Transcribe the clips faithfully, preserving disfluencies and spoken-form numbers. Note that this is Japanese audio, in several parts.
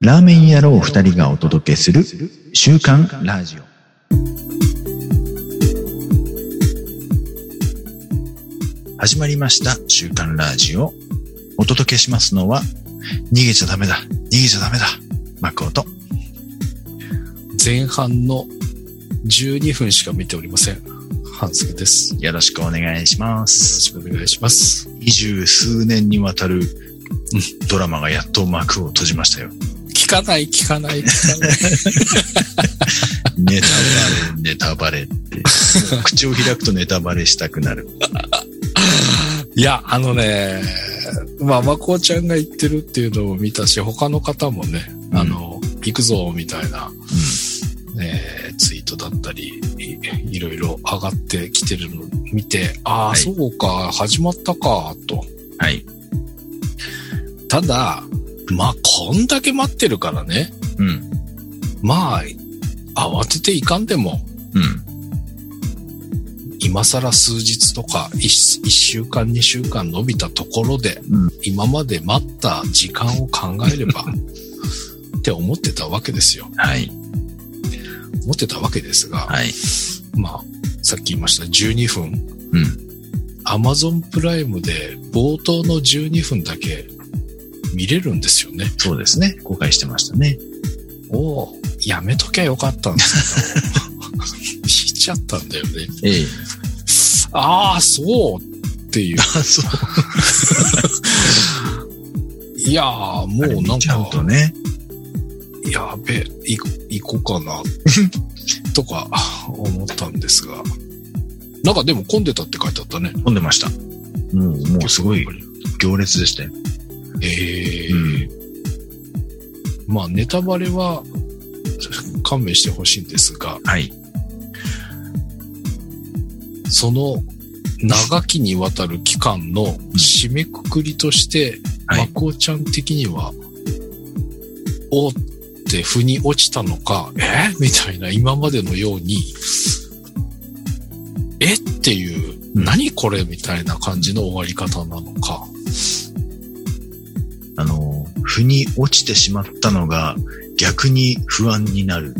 ラーメン野郎二人がお届けする週刊ラジオ。始まりました週刊ラジオ。お届けしますのは逃げちゃダメだ逃げちゃダメだマコト。 前半のじゅうにふんしか見ておりません、半助です。 よろしくお願いします。 よろしくお願いします。 二十数年にわたるドラマがやっと幕を閉じましたよ。 聞かない聞かない聞かないネタバレネタバレって口を開くとネタバレしたくなる。 いやあのね、まあまこちゃんが言ってるっていうのを見たし、他の方もね、うん、あの行くぞみたいな、うんね、ツイートだったり い, いろいろ上がってきてるのを見て、ああ、はい、そうか始まったかと。 はい。 ただまあこんだけ待ってるからね、 うん、 まあ慌てていかんでも、 うん、 今更数日とか 1, いっしゅうかんにしゅうかん伸びたところで、 うん、 今まで待った時間を考えればって思ってたわけですよ。 はい。 思ってたわけですが、 はい、 まあさっき言いましたじゅうにふん、 うん、 Amazon プライムで冒頭のじゅうにふんだけ見れるんですよね。 そうですね。公開してましたね。 おお、やめときゃよかったんですけど見ちゃったんだよね。 ええ。 ああ、そうっていう。 あ、そう。 いやー、もうなんか、 見ちゃうとね、 やべ、い行こうかなとか思ったんですが、なんかでも混んでたって書いてあったね。 混んでました。もうもうすごい行列でしたよ。 ええーうん、まあネタバレは勘弁してほしいんですが、 はい、 その長きにわたる期間の締めくくりとして、うん、まこちゃん的には、はい、おって腑に落ちたのか、えみたいな、今までのようにえっていう、うん、何これみたいな感じの終わり方なのか。 あの、腑に落ちてしまったのが逆に不安になる。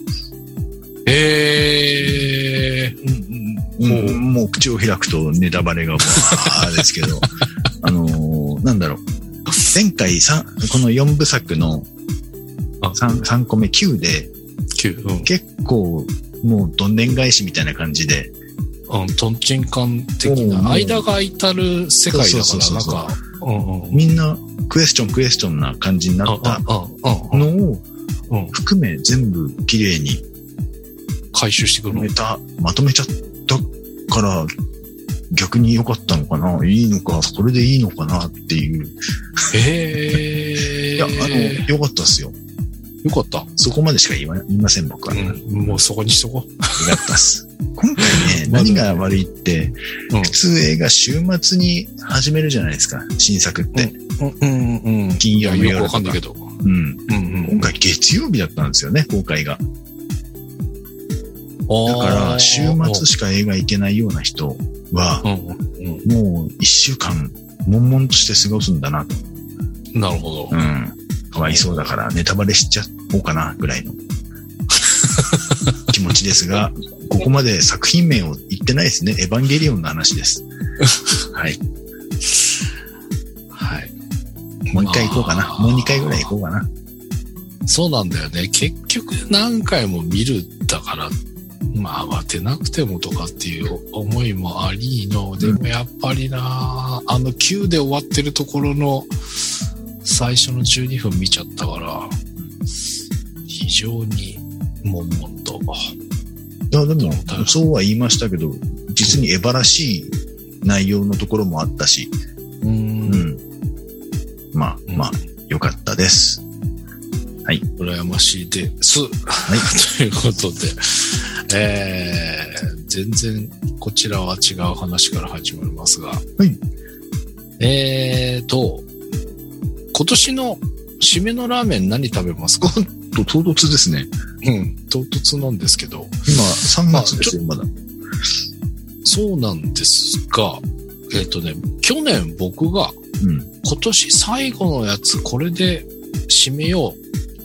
えー、うんうん、もう、もう口を開くとネタバレがあれですけど、あのー、なんだろう。前回さこのよんぶさくの 3, さんこめきゅうで、 きゅう、うん、 結構もうどんでん返しみたいな感じで、 うん、トンチンカン的な間が至る世界だから、なんか、うんうん、 みんなクエスチョンクエスチョンな感じになったのを含め全部きれいに回収してくるの。 まとめちゃったから逆に良かったのかな、いいのか、これでいいのかなっていう。 へー。 いや、あの、良かったっすよ。 よかった。 そこまでしか言いま、言いません、僕は。 うん、もうそこにしとこう。 よかったっす。今回ね、何が悪いって、うん、普通映画週末に始めるじゃないですか、新作って。 うんうんうんうん、 金曜日夜とか。 よくわかんないけど。 うん。うんうん、今回月曜日だったんですよね、公開が。だから週末しか映画行けないような人は、うんうん、もう一週間悶々として過ごすんだなと。 なるほど。 うん。かわいそうだからネタバレしちゃおうかなぐらいの気持ちですが、ここまで作品名を言ってないですね。エヴァンゲリオンの話です。はい。 はい。 もう一回行こうかな。もう二回ぐらい行こうかな。 そうなんだよね。結局何回も見るだから、まあ慌てなくてもとかっていう思いもありの、でもやっぱりな、あのきゅうで終わってるところの最初のじゅうにふん見ちゃったから、非常に悶々と。 いや、でも、そうは言いましたけど、実にエヴァらしい内容のところもあったし、 うーん、うん、 まあ、うん、まあ、良かったです。はい。 羨ましいです。はい。ということで、えー、全然こちらは違う話から始まりますが、 はい。 えーと、今年の締めのラーメン何食べますか？ と唐突ですね。 うん、唐突なんですけど。 今さんがつですよ、まだ。 そうなんですが、えっとね、去年僕が、 うん、 今年最後のやつこれで締めようっ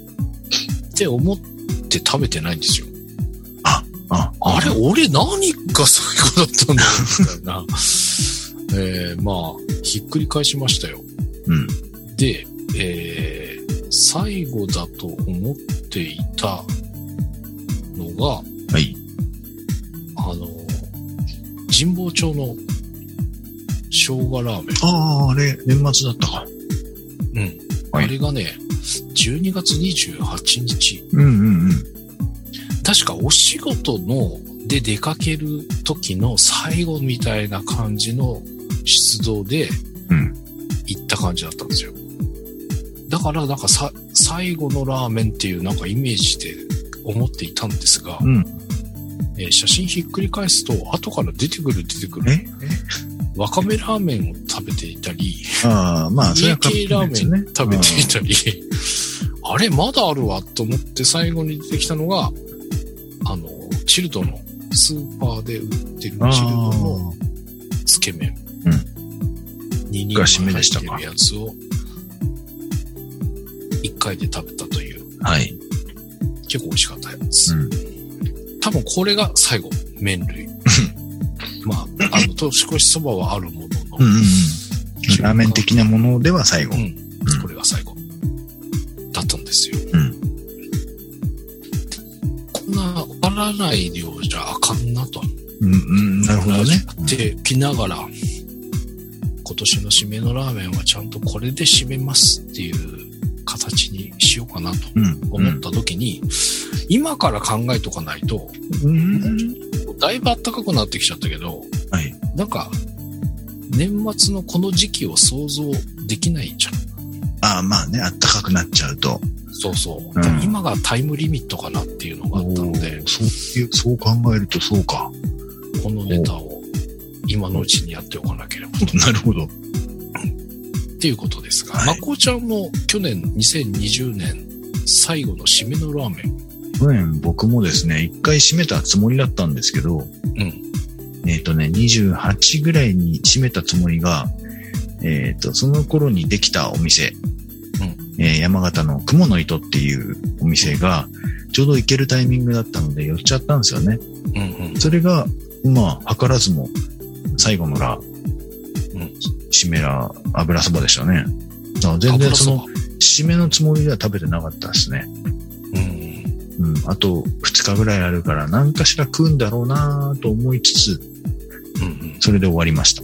って思って食べてないんですよ。 あ、あ、 あれ、俺何が最高だったんだろうみたいな。えー、まあ、ひっくり返しましたよ。 うん。 で、えー、最後だと思っていたのが、 はい。 あの、神保町の生姜ラーメン。 ああ、あれ、年末だったか。 うん。 はい、 あれがね、じゅうにがつにじゅうはちにち。 うんうんうん。 確かお仕事ので出かける時の最後みたいな感じの出動で行った感じだったんですよ。だからなんかさ最後のラーメンっていうなんかイメージで思っていたんですが、 うんえー、写真ひっくり返すと後から出てくる出てくる。 えわかめラーメンを食べていたり、 ああ、まあ、 家系ラーメン食べていたり、あ, あれまだあるわと思って最後に出てきたのが、あの、チルドの、スーパーで売ってるチルドのつけ麺。 うん。 ににんが入ってるやつを、いっかいで食べたという。 はい。 結構美味しかったやつ。 うん。 多分これが最後、麺類。まあ、あの、年越しそばはあるものの。 うんうんうん。ラーメン的なものでは最後。 うん。これが最後。だったんですよ。 うん。 こんな、わからない量じゃあかんなと。 うんうん、なるほどね。 ってきながら、今年の締めのラーメンはちゃんとこれで締めますっていう形にしようかなと思った時に、うんうん、今から考えとかないと、うん、だいぶ暖かくなってきちゃったけど、 はい、 なんか、年末のこの時期を想像できないじゃん。 ああ、まあね、暖かくなっちゃうと。 そうそう。うん、今がタイムリミットかなっていうのがあったので。 そういう、そう考えるとそうか。 このネタを今のうちにやっておかなければと。 なるほど。 っていうことですが、 はい、 まこちゃんも去年にせんにじゅうねん最後の締めのラーメン。 去年僕もですね、一回締めたつもりだったんですけど、 うん。 えっとね、にじゅうはちぐらいに締めたつもりが、えっと、その頃にできたお店、うんえー、山形の雲の糸っていうお店が、ちょうど行けるタイミングだったので寄っちゃったんですよね。 うんうん、 それが、まあ、図らずも最後のラ、 うん、 締めら、油そばでしたね。だから全然その、締めのつもりでは食べてなかったですね。 うん。 うん。あと、ふつかぐらいあるから、何かしら食うんだろうなと思いつつ、 うんうん、 それで終わりました。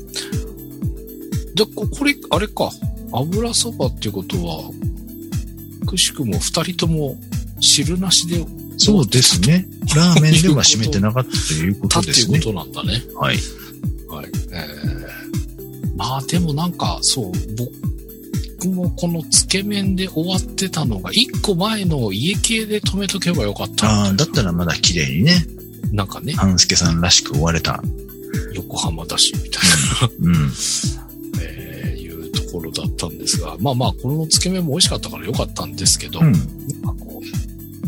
で、これ、あれか。油そばっていうことは、くしくも二人とも汁なしで。 そうですね。ラーメンでは締めてなかったということですね。 っていうことなんだね。 はい。 はい。えー、まあでもなんか、そう、僕もこのつけ麺で終わってたのが、一個前の家系で止めとけばよかった。 ああ、だったらまだ綺麗にね。 なんかね。 半助さんらしく終われた。 横浜だし、みたいな。うん。えー、いうところだったんですが、まあまあ、このつけ麺も美味しかったからよかったんですけど、うん、なんかこう、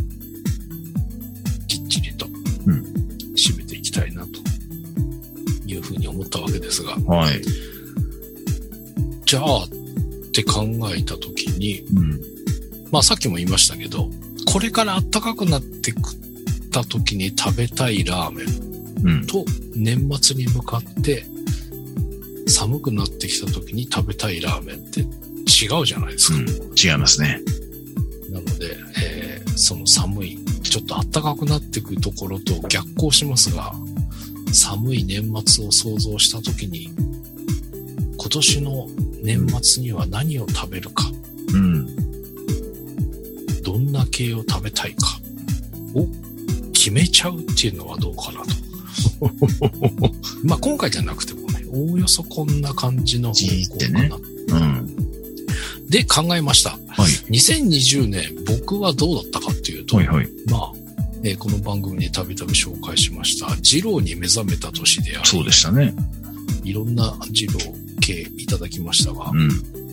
きっちりと、締めていきたいな、というふうに思ったわけですが、 はい。 じゃあ、って考えたときに、 うん、 まあさっきも言いましたけど、これから暖かくなってくったときに食べたいラーメンと、年末に向かって寒くなってきたときに食べたいラーメンって違うじゃないですか。うん、 違いますね。 なので、えー、その寒い、ちょっと暖かくなってくるところと逆行しますが、寒い年末を想像したときに、今年の年末には何を食べるか、 うん、 どんな系を食べたいかを決めちゃうっていうのはどうかなと。まあ今回じゃなくてもね、おおよそこんな感じの方向かな、 ねうん、 で考えました、 はい、 にせんにじゅうねん僕はどうだったかっていうと、 はいはい、 まあ、えー、この番組でたびたび紹介しました二郎に目覚めた年であり、 そうでしたね。 いろんな二郎系いただきましたが、 うん、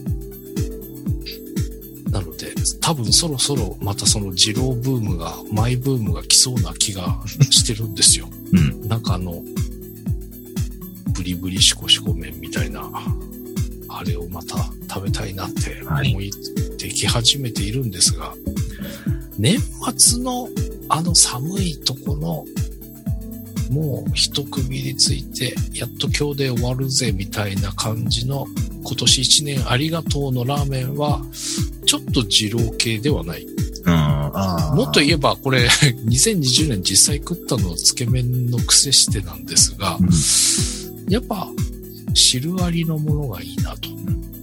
なので多分そろそろまたその二郎ブームがマイブームが来そうな気がしてるんですよ、 うん、 なんかあのブリブリシコシコ麺みたいなあれをまた食べたいなって思いてき始めているんですが、はい、 年末のあの寒いところ、もう一区切りついて、やっと今日で終わるぜみたいな感じの今年一年ありがとうのラーメンは、ちょっと二郎系ではない。 あもっと言えば、これ、にせんにじゅうねん実際食ったのはつけ麺の癖してなんですが、うん、やっぱ、汁ありのものがいいなと、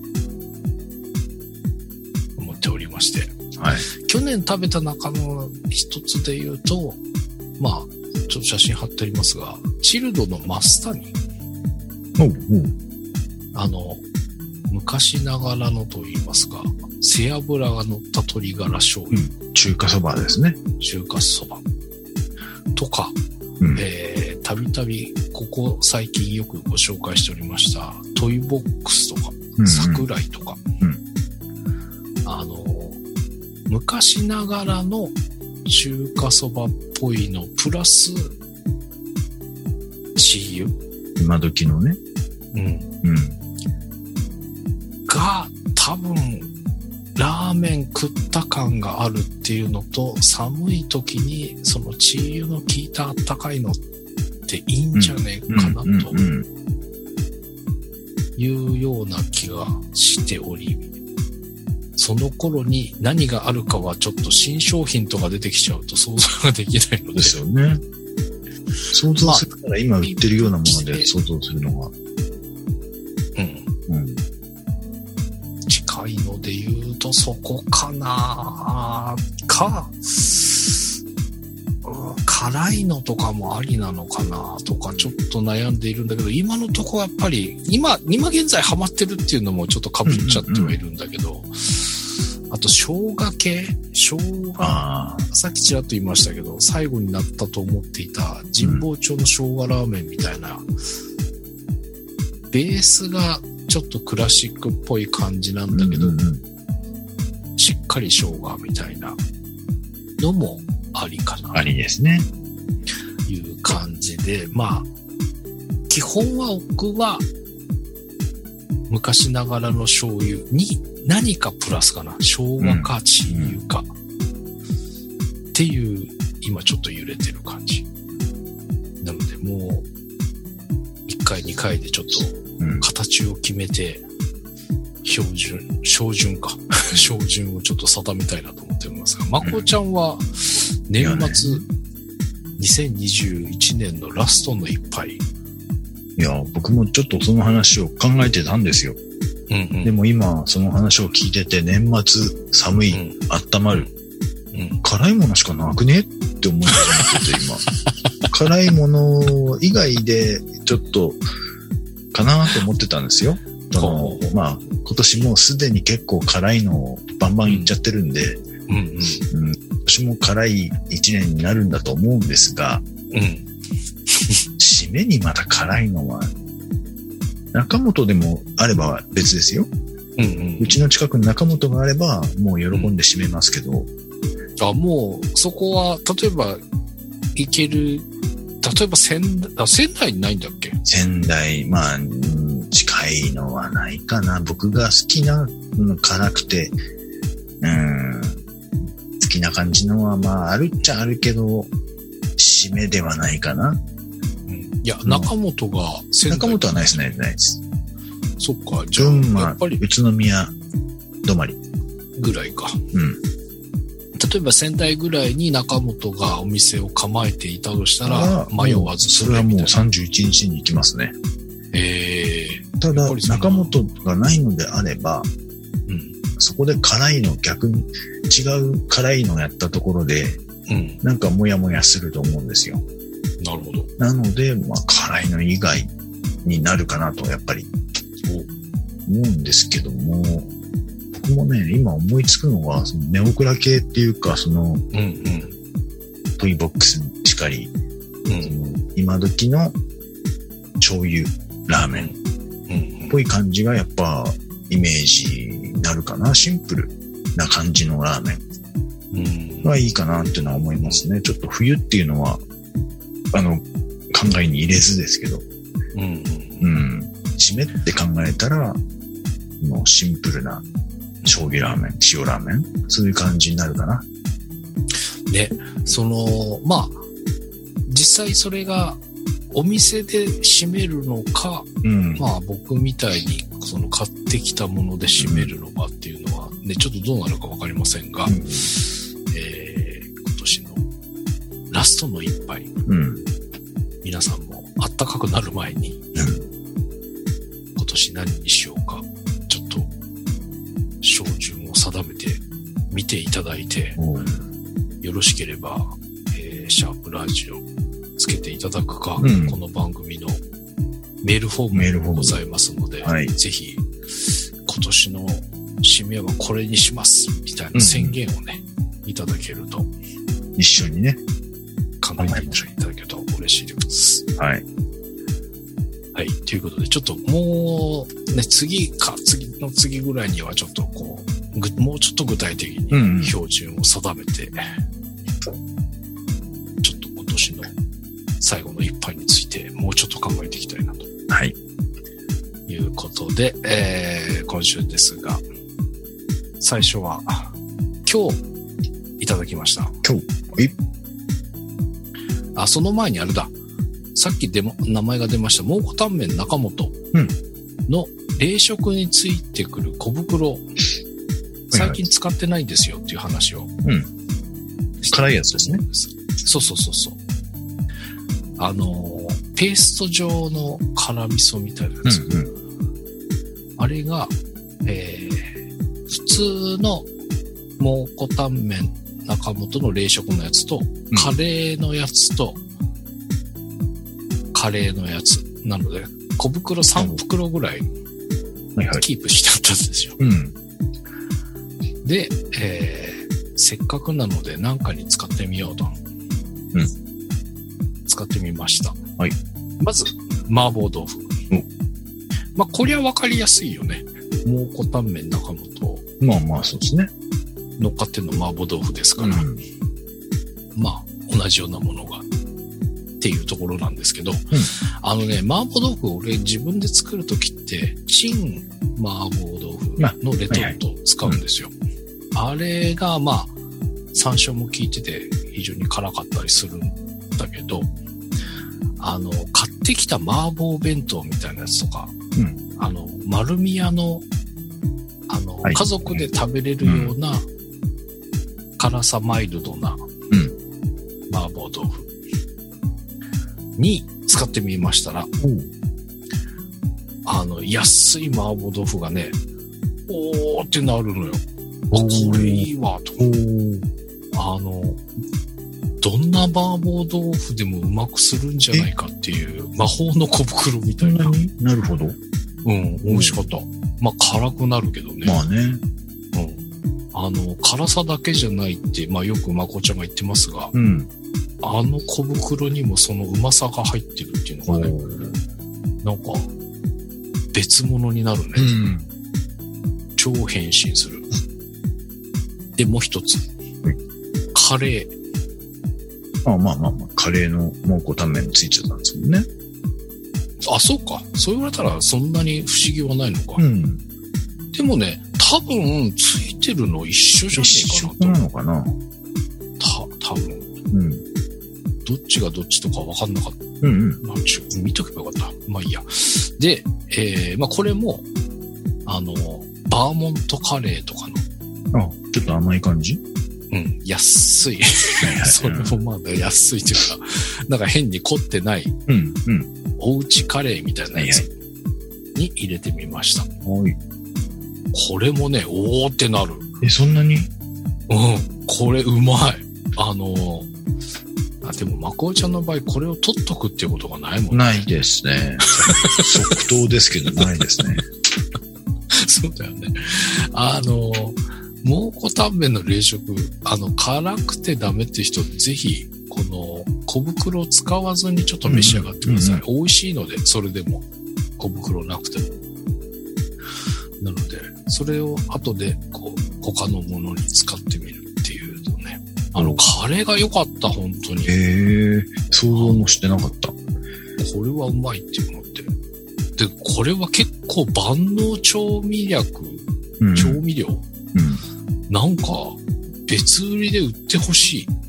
思っておりまして。 はい、 去年食べた中の一つで言うと、まあ、ちょっと写真貼ってありますが、チルドのマスタニ。 おうおう。 あの、昔ながらのと言いますか、背脂が乗った鶏ガラ醤油、 うん、中華そばですね。 中華そばとか、 うん、 えー、たびたびここ最近よくご紹介しておりましたトイボックスとか、うんうん、桜井とか、 うん、 あの昔ながらの中華そばっぽいのプラスチー油、 今時のね、 うんうん、 が多分ラーメン食った感があるっていうのと、寒い時にそのチー油の効いたあったかいのっていいんじゃねえかなというような気がしており、その頃に何があるかはちょっと新商品とか出てきちゃうと想像ができないので。 ですよね。想像するから今売ってるようなもので想像するのが。 うん。うん。近いので言うとそこかなか、辛いのとかもありなのかなとかちょっと悩んでいるんだけど、今のとこはやっぱり、今、今現在ハマってるっていうのもちょっと被っちゃってはいるんだけど、うんうんうん、あと生姜系生姜、さっきちらっと言いましたけど、最後になったと思っていた神保町の生姜ラーメンみたいな、うん、ベースがちょっとクラシックっぽい感じなんだけど、うんうんうん、しっかり生姜みたいなのもありかな。 ありですね。 いう感じで、まあ、基本は僕は昔ながらの醤油に何かプラスかな。生姜かチー油か、うんうん。っていう、今ちょっと揺れてる感じ。なのでもう、いっかいにかいでちょっと形を決めて、標準、標準か。標準をちょっと定めたいなと思っておりますが、まこちゃんは年末、にせんにじゅういちねんのラストの一杯。 いや、僕もちょっとその話を考えてたんですよ。 うんうん、 でも今、その話を聞いてて、年末、寒い、うん、温まる、 うんうん、 辛いものしかなくねって思い始めてて、今。辛いもの以外で、ちょっと、かなと思ってたんですよ。そのまあ、今年もうすでに結構辛いのをバンバンいっちゃってるんで、 うんうんうん、 今年も辛い一年になるんだと思うんですが、 うん、 締めにまた辛いのは、中本でもあれば別ですよ。 うんうん、 うちの近くに中本があれば、もう喜んで締めますけど。うん、 あ、もう、そこは、例えば、行ける、例えば仙台、あ、仙台にないんだっけ？ 仙台、まあ、近いのはないかな。僕が好きな、辛くて、うん、好きな感じのは、まあ、あるっちゃあるけど、締めではないかな。 うん、いや、中本が仙台。中本はないです、ないです、ないです。 そっか、じゃあ、 群馬、 やっぱり宇都宮止まり。 ぐらいか。 うん。 例えば仙台ぐらいに中本がお店を構えていたとしたら、迷わずそれはもうさんじゅういちにちに行きますね。 えー、 ただ、中本がないのであれば、 うん、 そこで辛いの逆に違う辛いのをやったところで、 うん、 なんかモヤモヤすると思うんですよ。 なるほど。 なので、まあ、辛いの以外になるかなと、やっぱり思うんですけども、僕もね、今思いつくのが、そのネオクラ系っていうか、その、 うんうん、 トイボックスにしかり、 うん、 その今時の醤油ラーメンっぽい感じがやっぱイメージになるかな。シンプルな感じのラーメンがいいかなっていうのは思いますね。ちょっと冬っていうのは、あの、考えに入れずですけど、 うん、 うん。締めって考えたら、もうシンプルな醤油ラーメン、塩ラーメン、そういう感じになるかな。 ね、その、まあ、実際それがお店で締めるのか、うん、まあ僕みたいにその買ってきたもので締めるのかっていうのはね、ちょっとどうなるかわかりませんが、うん、えー、今年のラストの一杯、うん、皆さんもあったかくなる前に、うん、今年何にしようか、ちょっと照準を定めて見ていただいて、よろしければ、えー、シャープラジオつけていただくか、うん、この番組のメールフォームもございますので、はい、ぜひ今年の締めはこれにしますみたいな宣言をね、うん、いただけると一緒にね考えていただけると嬉しいです。 はいはい、ということでちょっともうね、次か次の次ぐらいにはちょっとこうもうちょっと具体的に標準を定めて、うん、ちょっと今年の最後の一杯についてもうちょっと考えていきたいなと。 はい。 いうことで、えー、今週ですが、最初は今日いただきました。 今日。え？ あ、その前にあれだ。さっきでも名前が出ました蒙古タンメン中本の冷食についてくる小袋、うん、最近使ってないんですよっていう話を。うん。 辛いやつですね。 そうそうそうそう。あの、ペースト状の辛味噌みたいなやつ。うんうん、あれが、えー、普通の蒙古タンメン中本の冷食のやつと、うん、カレーのやつと、カレーのやつ。なので、小袋さん袋ぐらいキープしてあったんですよ。 はいはい、 うん、で、えー、せっかくなので何かに使ってみようと。 うん、 使ってみました。 はい。 まず、麻婆豆腐。うん、まあ、こりゃ分かりやすいよね。蒙古タンメン中本。 まあまあ、そうですね。 乗っかってんの麻婆豆腐ですから。うん、まあ、同じようなものが。っていうところなんですけど、うん、あのね、麻婆豆腐を俺自分で作るときって、チン麻婆豆腐のレトルトを使うんですよ。あれが、まあ、山椒も効いてて非常に辛かったりするんだけど、あの、買ってきた麻婆弁当みたいなやつとか、うん、あの、丸美屋の、あの、はい、家族で食べれるような、辛さマイルドな、うん、麻婆豆腐に使ってみましたら、うん、あの、安い麻婆豆腐がね、おーってなるのよ。あ、これいいわ、と。あの、どんな麻婆豆腐でもうまくするんじゃないかっていう魔法の小袋みたいな。 なるほど。 うん、美味しかった。まあ、辛くなるけどね。 まあね。うん。 あの、辛さだけじゃないって、まあよくまこちゃんが言ってますが、 うん、 あの小袋にもそのうまさが入ってるっていうのがね、なんか、別物になるね。 うん、 超変身する。で、もう一つ。 はい、 カレー。 ああまあまあまあ、カレーの蒙古タンメンについちゃったんですもんね。 あ、そうか。そう言われたらそんなに不思議はないのか。 うん、 でもね、多分ついてるの一緒じゃねえかなと。 一緒なのかな。 た、多分。 うん。 どっちがどっちとか分かんなかった。 うんうん。 なんちゅう、見とけばよかった。まあいいや。で、えー、まあこれも、あの、バーモントカレーとかの。あ、ちょっと甘い感じ？ うん、安い。それもまだ安いというか、なんか変に凝ってない、 うんうん、 おうちカレーみたいなやつに入れてみました。 はい。 これもね、おーってなる。 え、そんなに？ うん、これうまい。あのー、あ、でも、まこおちゃんの場合、これを取っとくっていうことがないもんね。 ないですね。即答ですけど、ないですね。 そうだよね。あのー、蒙古タンメンの冷食、あの、辛くてダメって人、ぜひ、この小袋を使わずにちょっと召し上がってください。うんうんうん、美味しいので、それでも、小袋なくても。なので、それを後で、こう、他のものに使ってみるっていうとね、あの、カレーが良かった、本当に。 へえ、想像もしてなかった。これはうまいって思って。で、これは結構万能調味薬、うん、調味料、 うん、 なんか、別売りで売ってほしい。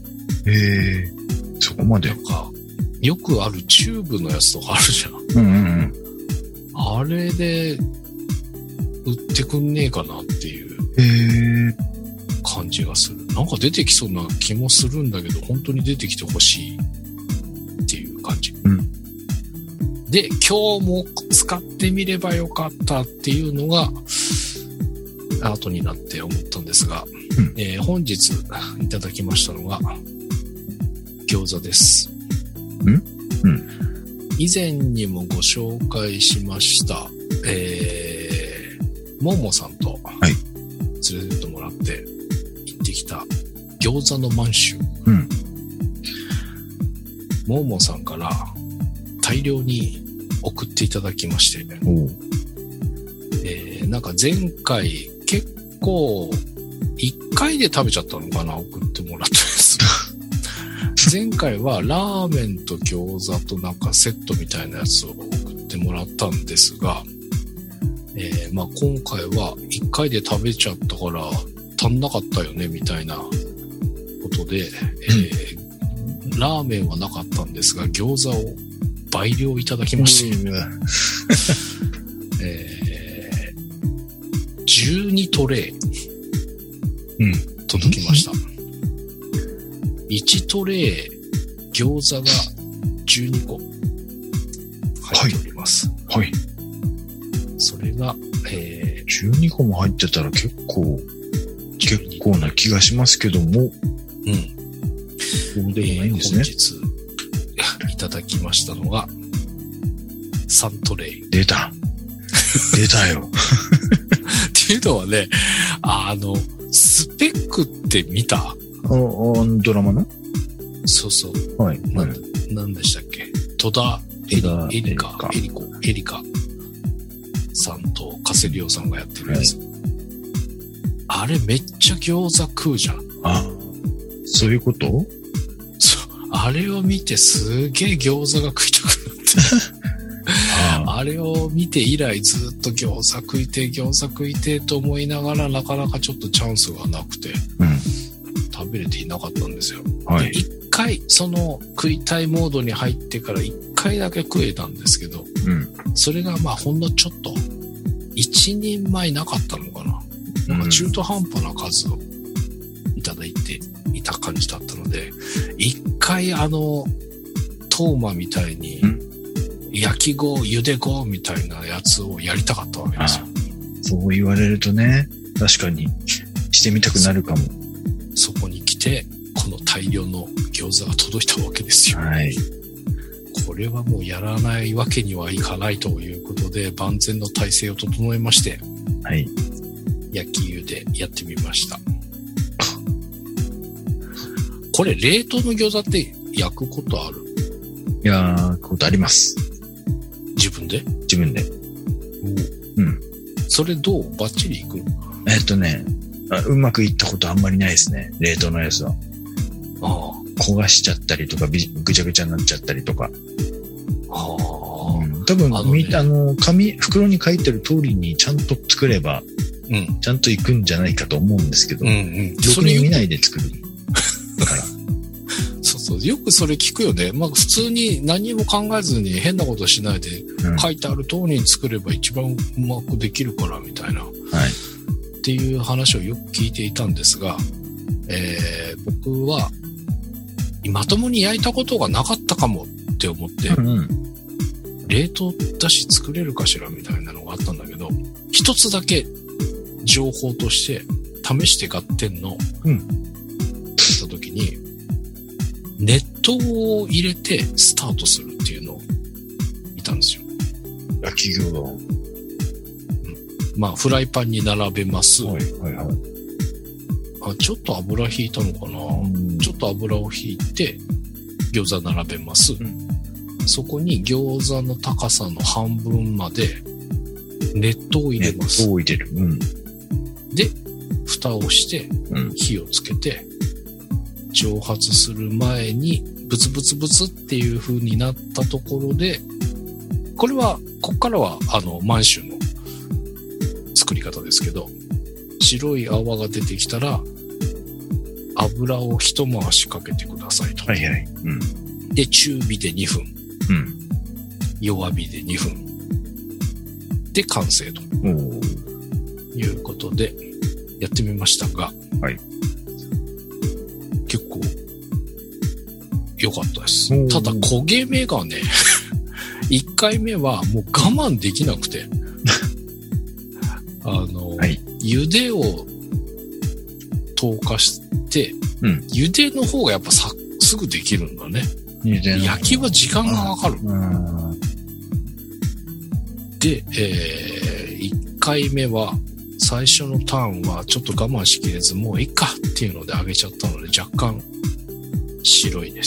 へえ、そこまで。 なんか、よくあるチューブのやつとかあるじゃん。 うんうんうん。 あれで、売ってくんねえかなっていうへえ。 感じがする。なんか出てきそうな気もするんだけど、本当に出てきてほしいっていう感じ。 うん。 で、今日も使ってみればよかったっていうのが、後になって思ったんですが、 うんえー本日いただきましたのが、餃子です。 んうん。 以前にもご紹介しました、えー、ももさんと連れてってもらって行ってきた餃子の満州。 うん。 ももさんから大量に送っていただきまして、 おう。 えー、なんか前回結構いっかいで食べちゃったのかな、送ってもらったやつ。前回はラーメンと餃子となんかセットみたいなやつを送ってもらったんですが、えー、まあ今回はいっかいで食べちゃったから足んなかったよねみたいなことで、えー、ラーメンはなかったんですが餃子を倍量いただきまして、えー、じゅうにトレイ、 うん、 届きました。いちトレイ餃子がじゅうにこ入っております。 はい。はい、 それが、えー、 じゅうにこも入ってたら結構、結構な気がしますけども。うん。そうでもないんですね。 えー、本日いただきましたのがさんトレイ。 出た。出たよ。 っていうのはね、あの、スペックって見た？ ああ、ドラマの？ そうそう。 はい。 なん、なんでしたっけ？戸田エリ、エリカ、エリコ、エリカさんとカセリオさんがやってるやつ。はい、あれめっちゃ餃子食うじゃん。 あ、そういうこと？ そう。あれを見てすげえ餃子が食いたくなって。あ, あれを見て以来ずっと餃子食いて餃子食いてと思いながらなかなかちょっとチャンスがなくて、うん、食べれていなかったんですよ。はい、で一回その食いたいモードに入ってから一回だけ食えたんですけど、うん、それがまあほんのちょっと一人前なかったのかな、なんか中途半端な数をいただいていた感じだったので、一回あのトーマみたいに、うん焼き子、茹で子みたいなやつをやりたかったわけですよ。 そう言われるとね、確かにしてみたくなるかも。 そ, そこに来て、この大量の餃子が届いたわけですよ。はい。これはもうやらないわけにはいかないということで、万全の体制を整えまして、はい。焼き茹でやってみました。これ冷凍の餃子って焼くことある？ いやー、焼くことあります。 自分で自分で。 うん。それどうバッチリいくの？ えっとね、うまくいったことあんまりないですね。冷凍のやつは。ああ。焦がしちゃったりとか、ぐちゃぐちゃになっちゃったりとか。ああ、うん。多分、あの、ね、あの紙、袋に書いてる通りにちゃんと作れば、うん。ちゃんといくんじゃないかと思うんですけど、うんうん。ろくに見ないで作る。から。 よくそれ聞くよね。まあ普通に何も考えずに変なことしないで、うん、書いてある通りに作れば一番うまくできるからみたいな、はい、っていう話をよく聞いていたんですが、えー、僕はまともに焼いたことがなかったかもって思って、うんうん、冷凍だし作れるかしらみたいなのがあったんだけど、一つだけ情報として試して合点の、うん、した時に熱湯を入れてスタートするっていうのを見たんですよ。 焼き餃子。 うん。まあフライパンに並べます。はいはいはい。あ、ちょっと油引いたのかな。うん、ちょっと油を引いて餃子並べます。うん、そこに餃子の高さの半分まで熱湯を入れます。 熱湯を入れる。うん。 で、蓋をして火をつけて。うん蒸発する前にブツブツブツっていう風になったところで、これはこっからはあの満州の作り方ですけど、白い泡が出てきたら油油を一回しかけてくださいと。 はいはい。うん。 で、中火でにふん。 うん。 弱火でにふん。で、完成と。いうことで、やってみましたが、 はい。 結構、良かったです。ただ、焦げ目がね、いっかいめはもう我慢できなくて、あの、はい、茹でを投下して、うん、茹での方がやっぱさすぐできるんだね。焼きは時間がかかる。で、えー、いっかいめは最初のターンはちょっと我慢しきれずもういいかっていうので揚げちゃったので若干白いです。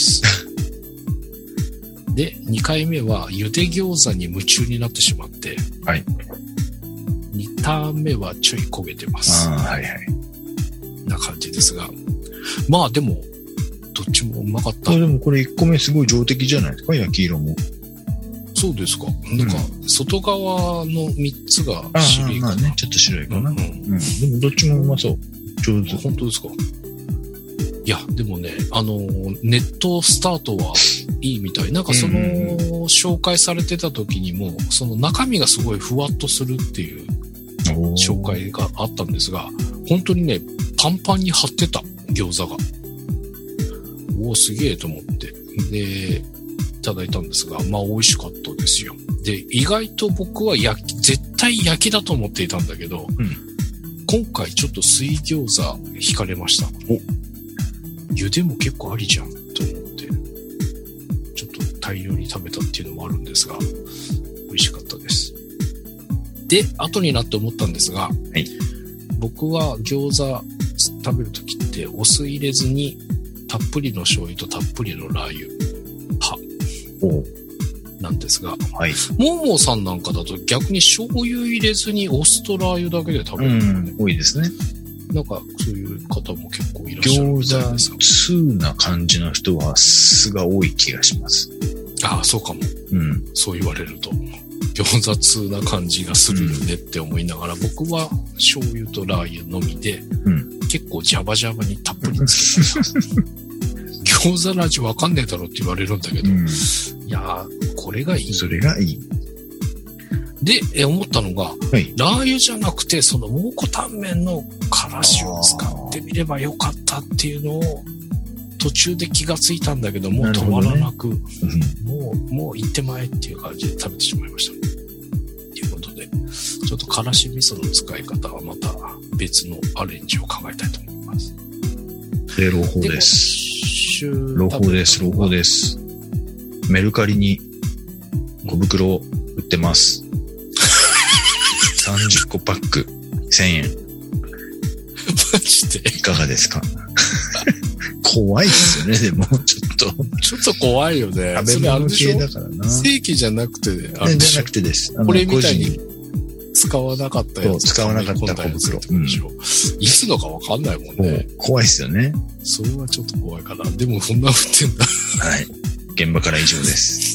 で、にかいめは茹で餃子に夢中になってしまって、 はい、 にターン目はちょい焦げてます。 あ、はいはい、 な感じですが、まあでもどっちもうまかった。 あ、でもこれいっこめすごい上出来じゃないですか、焼き色も。 そうですか。なんか外側のみっつが白いかな。 ああ、まあね、ちょっと白いかな。うん、うん、でもどっちもうまそう。上手。 本当ですか。いや、でもね、あの、ネットスタートはいいみたい。なんかその、紹介されてた時にも、その中身がすごいふわっとするっていう紹介があったんですが、本当にね、パンパンに張ってた、餃子が。おお、すげえと思って。で、いただいたんですが、まあ美味しかったですよ。で、意外と僕は焼き、絶対焼きだと思っていたんだけど、うん、今回ちょっと水餃子惹かれました。お、茹でも結構ありじゃんと思って、ちょっと大量に食べたっていうのもあるんですが、美味しかったです。で、後になって思ったんですが、はい、僕は餃子食べるときってお酢入れずにたっぷりの醤油とたっぷりのラー油派なんですが、はい、もーもーさんなんかだと逆に醤油入れずにお酢とラー油だけで食べるのね、 うん、多いですね。 なんかそういう方も結構いらっしゃるみたいですが、 餃子通な感じの人は酢が多い気がします。 ああ、そうかも、うん、そう言われると餃子通な感じがするよねって思いながら、うん、僕は醤油とラー油のみで、うん、結構ジャバジャバにたっぷりつけた餃子の味わかんねえだろって言われるんだけど、うん、いやー、これがいい。 それがいい。 で、え思ったのが、はい、ラー油じゃなくて、その蒙古タンメンのからしを使ってみればよかったっていうのを、途中で気がついたんだけど、もう止まらなく、ね、うん、もう、もう行ってまえっていう感じで食べてしまいました。ということで、ちょっとからし味噌の使い方はまた別のアレンジを考えたいと思います。 で、朗報です。朗報です、朗報です。メルカリに小袋を売ってます。さんじゅっこパックせんえん。 マジで？ いかがですか？怖いっすよね、でも、ちょっと。 ちょっと怖いよね。 食べ物系だからな。 正規じゃなくて、 あれじゃなくてです。 これみたいに使わなかったやつ。 使わなかった小袋。 うん、いつのかわかんないもんね。 怖いっすよね。 それはちょっと怖いかな。でも、そんな売ってんだ。 はい。現場から以上です。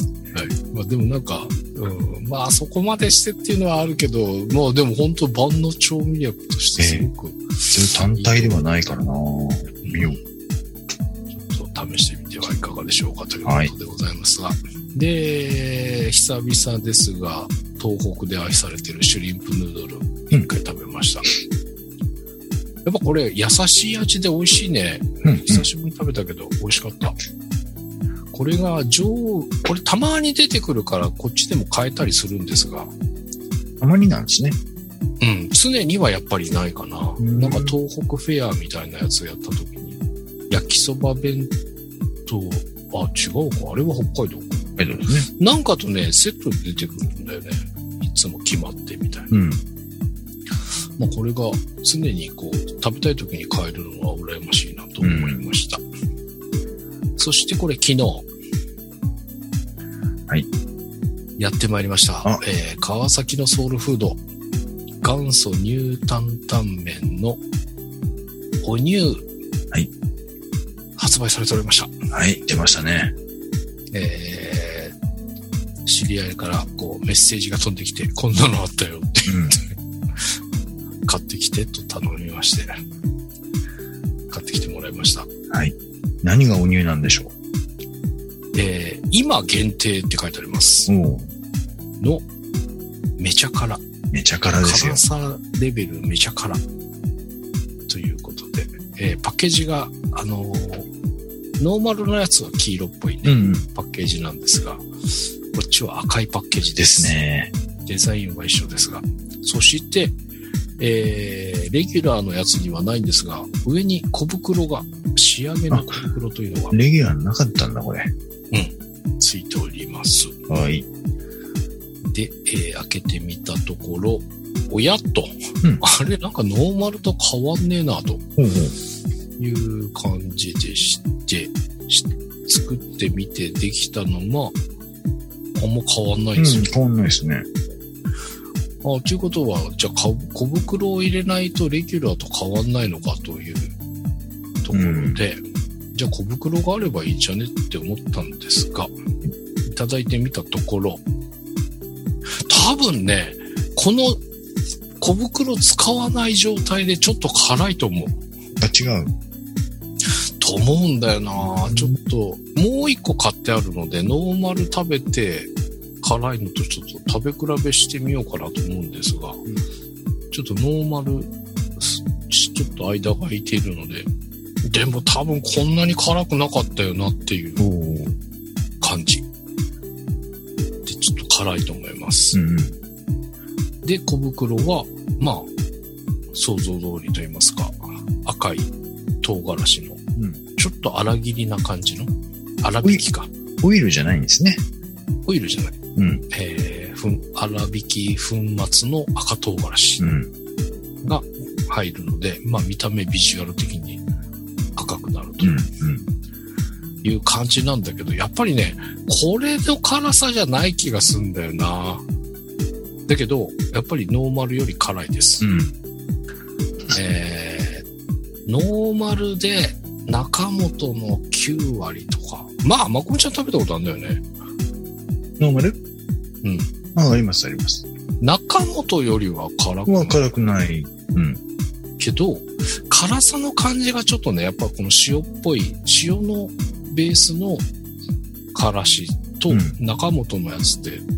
はい。まあでもなんか、うん、まあそこまでしてっていうのはあるけど、まあでも本当万能調味料としてすごく、えー。 それ単体ではないからな。見よう。 ちょっと試してみてはいかがでしょうかということでございますが。はい、で、久々ですが、東北で愛されているシュリンプヌードル、一回食べました。うん、やっぱこれ優しい味で美味しいね。うんうん、久しぶりに食べたけど美味しかった。これが上、これたまに出てくるからこっちでも買えたりするんですが。 たまになんですね。 うん、常にはやっぱりないかな。なんか東北フェアみたいなやつやった時に、焼きそば弁当、あ、違うか。あれは北海道か。 北海道ですね。 なんかとね、セットで出てくるんだよね。いつも決まってみたいな。うん。まあこれが常にこう、食べたい時に買えるのは羨ましいなと思いました。うん、そしてこれ昨日。 はい。 やってまいりました。えー、川崎のソウルフード、元祖ニュータンタンメンのおニュー。 はい。 発売されておりました。 はい、出ましたね。 えー、知り合いからこうメッセージが飛んできて、こんなのあったよって言って、うん、買ってきてと頼みまして、買ってきてもらいました。 はい。何がおニューなんでしょう。 えー、今限定って書いてあります。 おの、めちゃ辛。 めちゃ辛ですよ。 辛さレベルめちゃ辛。ということで、えー、パッケージが、あのー、ノーマルのやつは黄色っぽいね、うんうん、パッケージなんですが、こっちは赤いパッケージです。 ですね。 デザインは一緒ですが。そして、えー、レギュラーのやつにはないんですが、上に小袋が、仕上げの小袋というのが。 レギュラーなかったんだ、これ。 うん。ついております。 はい。 で、えー、開けてみたところ、おやっと、うん、あれなんかノーマルと変わんねえなという感じでして、作ってみてできたのがあんま変わんないですよ、 うん、変わんないですね。 あ、ということはじゃあ小袋を入れないとレギュラーと変わんないのかというところで、うん、じゃあ小袋があればいいじゃねって思ったんですが、いただいてみたところ、多分ねこの小袋使わない状態でちょっと辛いと思う。 あ、違うと思うんだよな、うん、ちょっともう一個買ってあるのでノーマル食べて辛いのとちょっと食べ比べしてみようかなと思うんですが、うん、ちょっとノーマルちょっと間が空いているので、でも多分こんなに辛くなかったよなっていう感じで、ちょっと辛いと思います、うん、で小袋はまあ想像通りと言いますか、赤い唐辛子の、うん、ちょっと粗切りな感じの粗挽きか。 オイルじゃないんですね。 オイルじゃない。うん。えー、ふん、粗挽き粉末の赤唐辛子が入るので、うん、まあ見た目ビジュアル的に赤くなるという感じなんだけど、やっぱりね、これの辛さじゃない気がすんだよな。だけど、やっぱりノーマルより辛いです。うん、えー、ノーマルで中本のきゅう割とか。まあ、まこみちゃん食べたことあるんだよね。 ノーマル？ うん。 あ、あります、あります。 中本よりは辛くない。 辛くない。うん。 けど、辛さの感じがちょっとね、やっぱこの塩っぽい、塩のベースの辛子と中本のやつって、うん、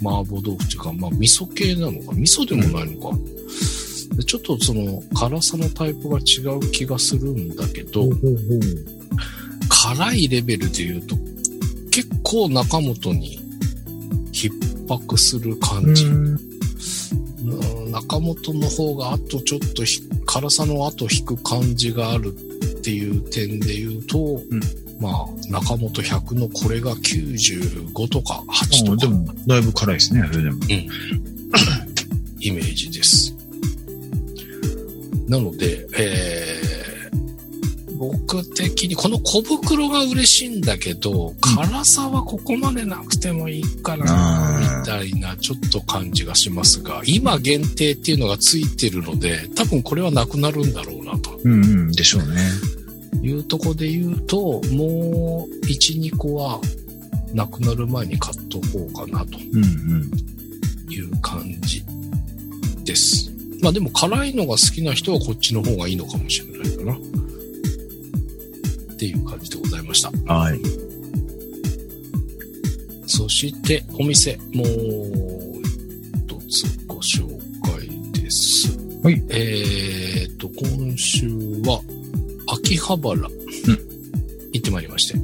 麻婆豆腐っていうか、まあ味噌系なのか、味噌でもないのか。うん、でちょっとその辛さのタイプが違う気がするんだけど、うんうんうん、辛いレベルで言うと結構中本に逼迫する感じ。うんうん、中本の方があとちょっと辛さの後引く感じがあるっていう点で言うと、うん、まあ中本ひゃくのこれがきゅうじゅうごとかはちとか。 でもだいぶ辛いですね、それでも。うん、 イメージです。なので、えー、僕的にこの小袋が嬉しいんだけど、うん、辛さはここまでなくてもいいかなみたいなちょっと感じがしますが、今限定っていうのがついてるので多分これはなくなるんだろうなと、 うんうん、でしょうね。 いうとこで言うともう いち,に 個はなくなる前に買っとこうかなという感じです。まあでも辛いのが好きな人はこっちの方がいいのかもしれないかなっていう感じでございました。 はい。 そしてお店もう一つご紹介です。 はい。 えーと今週は秋葉原、うん、行ってまいりまして、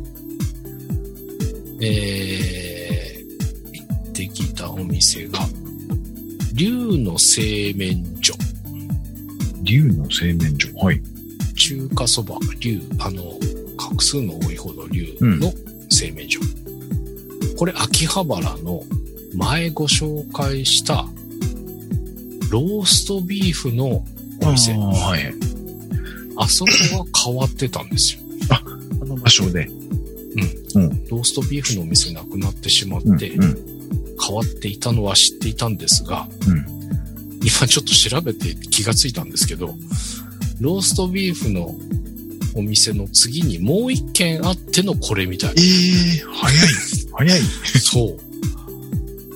えー、行ってきたお店が龍の製麺所。 龍の製麺所。はい。 中華そば龍、あの画数の多いほど龍の製麺所、うん、これ秋葉原の前ご紹介したローストビーフのお店。あ、 はい、 あそこが変わってたんですよ。 あ、あの場所で。 うん。うん、ローストビーフのお店なくなってしまって、うんうん、変わっていたのは知っていたんですが、うん、今ちょっと調べて気がついたんですけど、ローストビーフのお店の次にもう一軒あってのこれみたいな。 えー、早い。早い。 そう。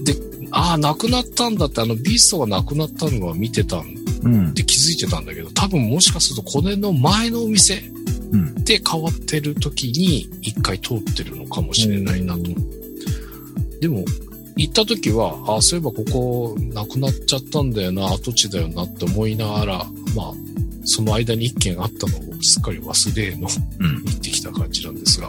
で、ああ、なくなったんだって、あのビーストがなくなったのは見てたんで気づいてたんだけど、多分もしかするとこれの前のお店って変わってる時に一回通ってるのかもしれないなと。でも、行った時は、あ、そういえばここなくなっちゃったんだよな、跡地だよなって思いながら、まあ、その間に一軒あったのをすっかり忘れの、うん、行ってきた感じなんですが。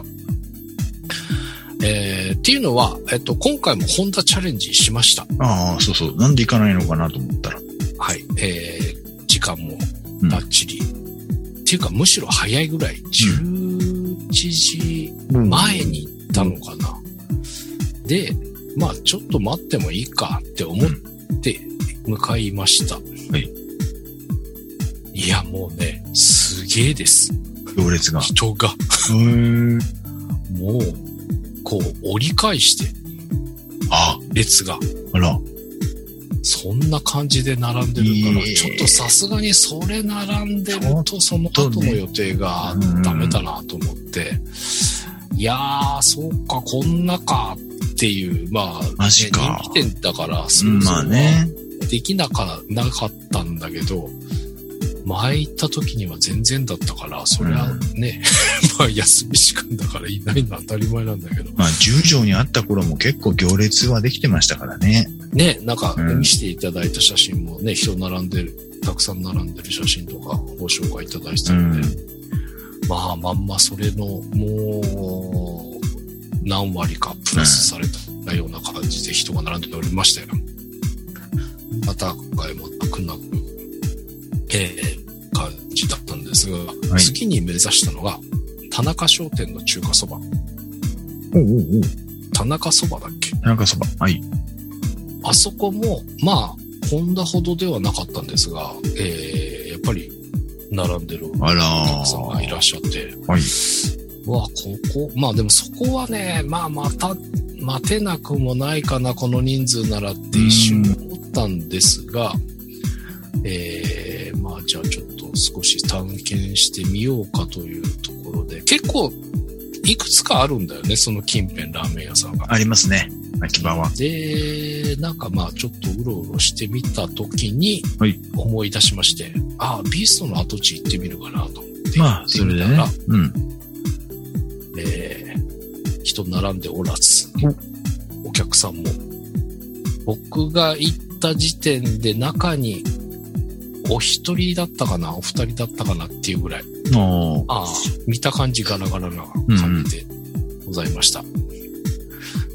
えー、っていうのは、えっと、今回もホンダチャレンジしました。 ああ、そうそう。なんで行かないのかなと思ったら。 はい。えー、時間もバッチリ。うん、っていうか、むしろ早いぐらい、じゅういちじまえに行ったのかな。うん、で、まあ、ちょっと待ってもいいかって思って向かいました。うん、はい。いや、もうね、すげえです。 行列が。 人が。 へー。 もう、こう、折り返して。 あ、 列が。 あら。 そんな感じで並んでるから、ちょっとさすがにそれ並んでると、その後の予定がダメだなと思って、いやー、そうか、こんなかっていう、まあ、 マジか。 人気店だから、想像はできなか、なかったんだけど、前行った時には全然だったから、そりゃね、うん、まあ休み時間だからいないのは当たり前なんだけど。 まあ十条にあった頃も結構行列はできてましたからね。 ね、なんか見せていただいた写真もね、人並んでる、たくさん並んでる写真とかご紹介いただいてたので、うん、まあまんまそれのもう何割かプラスされたような感じで人が並んでおりましたよ。また今回もなくなく、えー、感じだったんですが、はい、次に目指したのが田中商店の中華そば。 おうおうおう。 田中そばだっけ？ 田中そば。はい。 あそこもまあホンダほどではなかったんですが、えー、やっぱり並んでるお客さんがいらっしゃって、 はい。 わここまあでもそこはね、まあまた待てなくもないかなこの人数ならって一瞬思ったんですが、えー、まあじゃあちょっと少し探検してみようかというところで、結構いくつかあるんだよね、その近辺ラーメン屋さんが。 ありますね、秋葉は。 で、なんかまあちょっとうろうろしてみたときに思い出しまして、はい、ああ、ビーストの跡地行ってみるかなと思ってまあ、それでね。うん。 えー、人並んでおらず、お客さんも。僕が行った時点で中にお一人だったかなお二人だったかなっていうぐらい。ああ、見た感じガラガラな感じでございました。うん、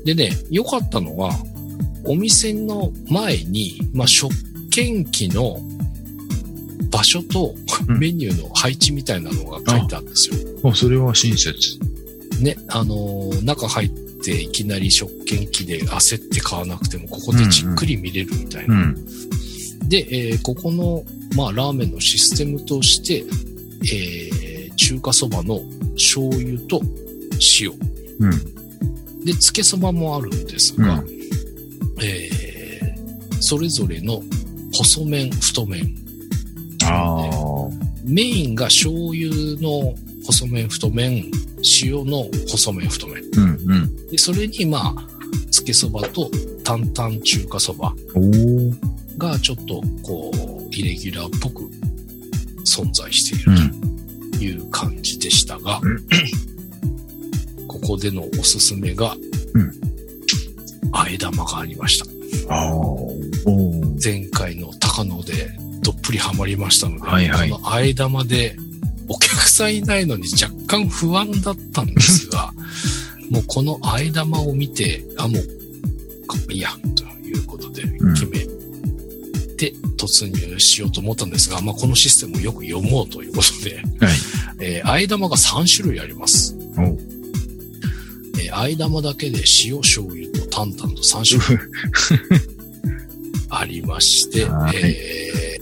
でね、良かったのは、お店の前に、まあ、食券機の場所とメニューの配置みたいなのが書いてあるんですよ。 うん、あ、それは親切。 ね、あのー、中入っていきなり食券機で焦って買わなくても、ここでじっくり見れるみたいな。うんうん、で、えー、ここの、まあ、ラーメンのシステムとして、えー、中華そばの醤油と塩。うん、で、つけそばもあるんですが、うん、えー、それぞれの細麺、太麺。 あメインが醤油の細麺、太麺、塩の細麺、太麺。 うんうん、 でそれに、まあ、つけそばと担々中華そばがちょっと、こう、イレギュラーっぽく存在しているという感じでしたが、うん、ここでのおすすめが、うん、あえ玉がありました。 あ前回の高野でどっぷりハマりましたので、 はいはい、 このあえ玉でお客さんいないのに若干不安だったんですが、もうこのあえ玉を見て、あ、もう、いいや、ということで決めて突入しようと思ったんですが、まあこのシステムをよく読もうということで、はい、えー、あえ玉がさん種類あります。えー、あえ玉だけで塩、醤油と担々とさん種類ありまして、え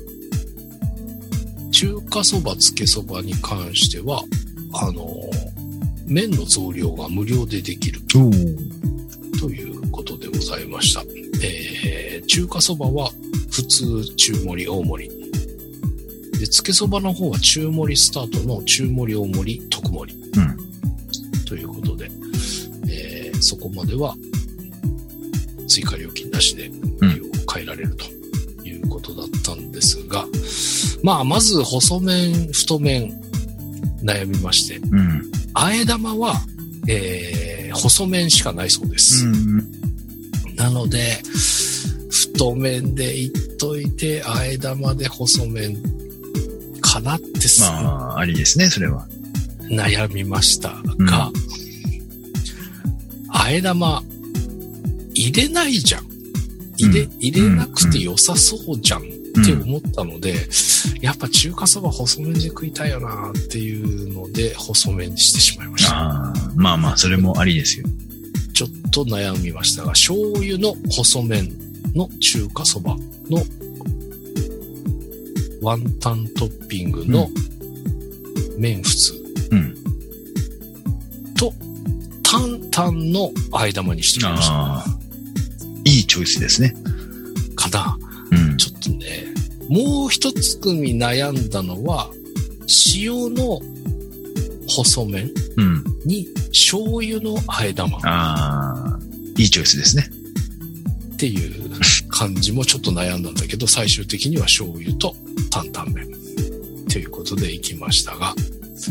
ー、中華そば、つけそばに関しては、あのー、麺の増量が無料でできるということでございました。えー、中華そばは普通、中盛り、大盛り。で、つけそばの方は中盛りスタートの中盛り、大盛り、特盛り。うん、ということで、えー、そこまでは追加料金なしで利用を変えられるということだったんですが、まあ、まず細麺、太麺、 悩みまして、 うん。 あえ玉は、えー、細麺しかないそうです。 うん、 なので、太麺でいっといて、あえ玉で細麺かなってす、 まあ、ありですね、それは。 悩みましたが、うん、あえ玉、入れないじゃん。入れ、うん、入れなくて良さそうじゃんって思ったので、うん、やっぱ中華そば細麺で食いたいよなっていうので、細麺にしてしまいました。 あまあまあ、それもありですよ。 ちょっと悩みましたが、醤油の細麺の中華そばのワンタントッピングの麺普通、うん、と、タンタンのあえ玉にしてみました。 あいいチョイスですね。 かな、 うん、 ちょっとね、もう一つ組悩んだのは、塩の細麺に醤油のあえ玉。 ああ、いいチョイスですね。 っていう感じもちょっと悩んだんだけど、最終的には醤油と担々麺ということでいきましたが、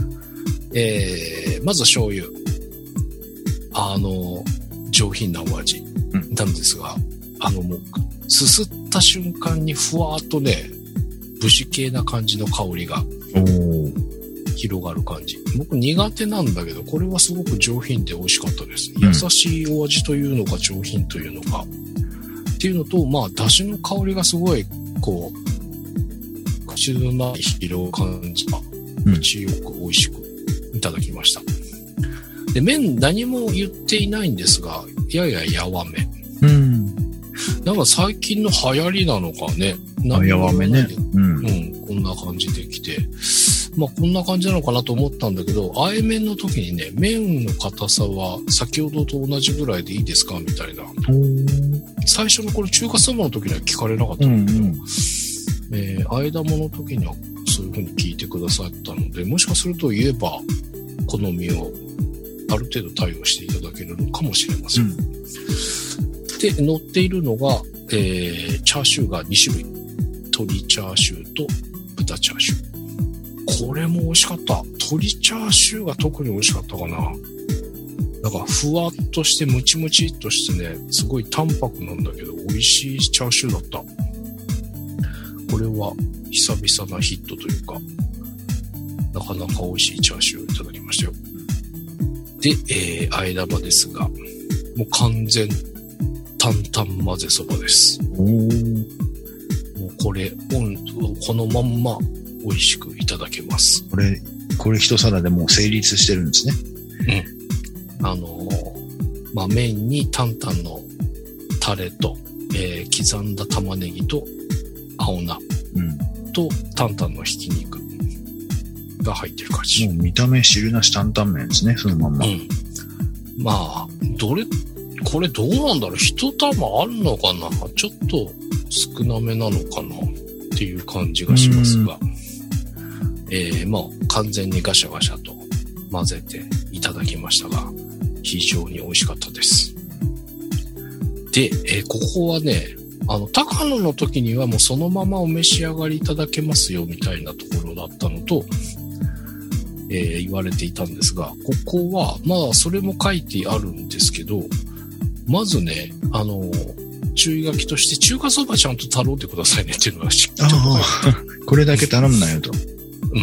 えー、まず醤油。あの、上品なお味なんですが、うん、あのもう、すすった瞬間にふわーっとね、武士系な感じの香りが広がる感じ。僕苦手なんだけど、これはすごく上品で美味しかったです。うん、優しいお味というのか上品というのか。っていうのと、まあ、出汁の香りがすごい、こう、口の中に広がる感じが、口よく美味しくいただきました。で、麺何も言っていないんですが、やややわめ。 うん。 なんか最近の流行りなのかね。 やわめね。 うん。うん。こんな感じできて。まあこんな感じなのかなと思ったんだけど、あえ麺の時にね、麺の硬さは先ほどと同じぐらいでいいですかみたいな。最初のこれ中華そばの時には聞かれなかったんだけど、うんうん、えー、あえ玉の時にはそういう風に聞いてくださったので、もしかすると言えば好みをある程度対応していただけるのかもしれません。うん、で、乗っているのが、えー、チャーシューがに種類。鶏チャーシューと豚チャーシュー。これも美味しかった。鶏チャーシューが特に美味しかったかな。なんかふわっとしてムチムチっとしてね、すごい淡白なんだけど美味しいチャーシューだった。これは久々なヒットというか、なかなか美味しいチャーシューをいただきましたよ。で、えー、あえ玉ですが、もう完全担々混ぜそばです。 おー。 もうこれ、このまんま美味しくいただけます。 これ、これ一皿でもう成立してるんですね。 うん。あのー、まあ、麺に担々のタレと、えー、刻んだ玉ねぎと青菜と担々のひき肉が入ってる感じ。 もう見た目汁なし担々麺ですね、そのまんま。 うん。まあ、どれ、これどうなんだろう、一玉あるのかな、ちょっと少なめなのかなっていう感じがしますが、えー、まあ完全にガシャガシャと混ぜていただきましたが、非常に美味しかったです。で、えー、ここはね、あの高野の時にはもうそのままお召し上がりいただけますよみたいなところだったのと、えー、言われていたんですが、ここはまあそれも書いてあるんですけど、まずね、あの注意書きとして中華そばちゃんと頼んでくださいねっていうのがしっかりと書いてある。 これだけ頼むなよと。 うん、うん。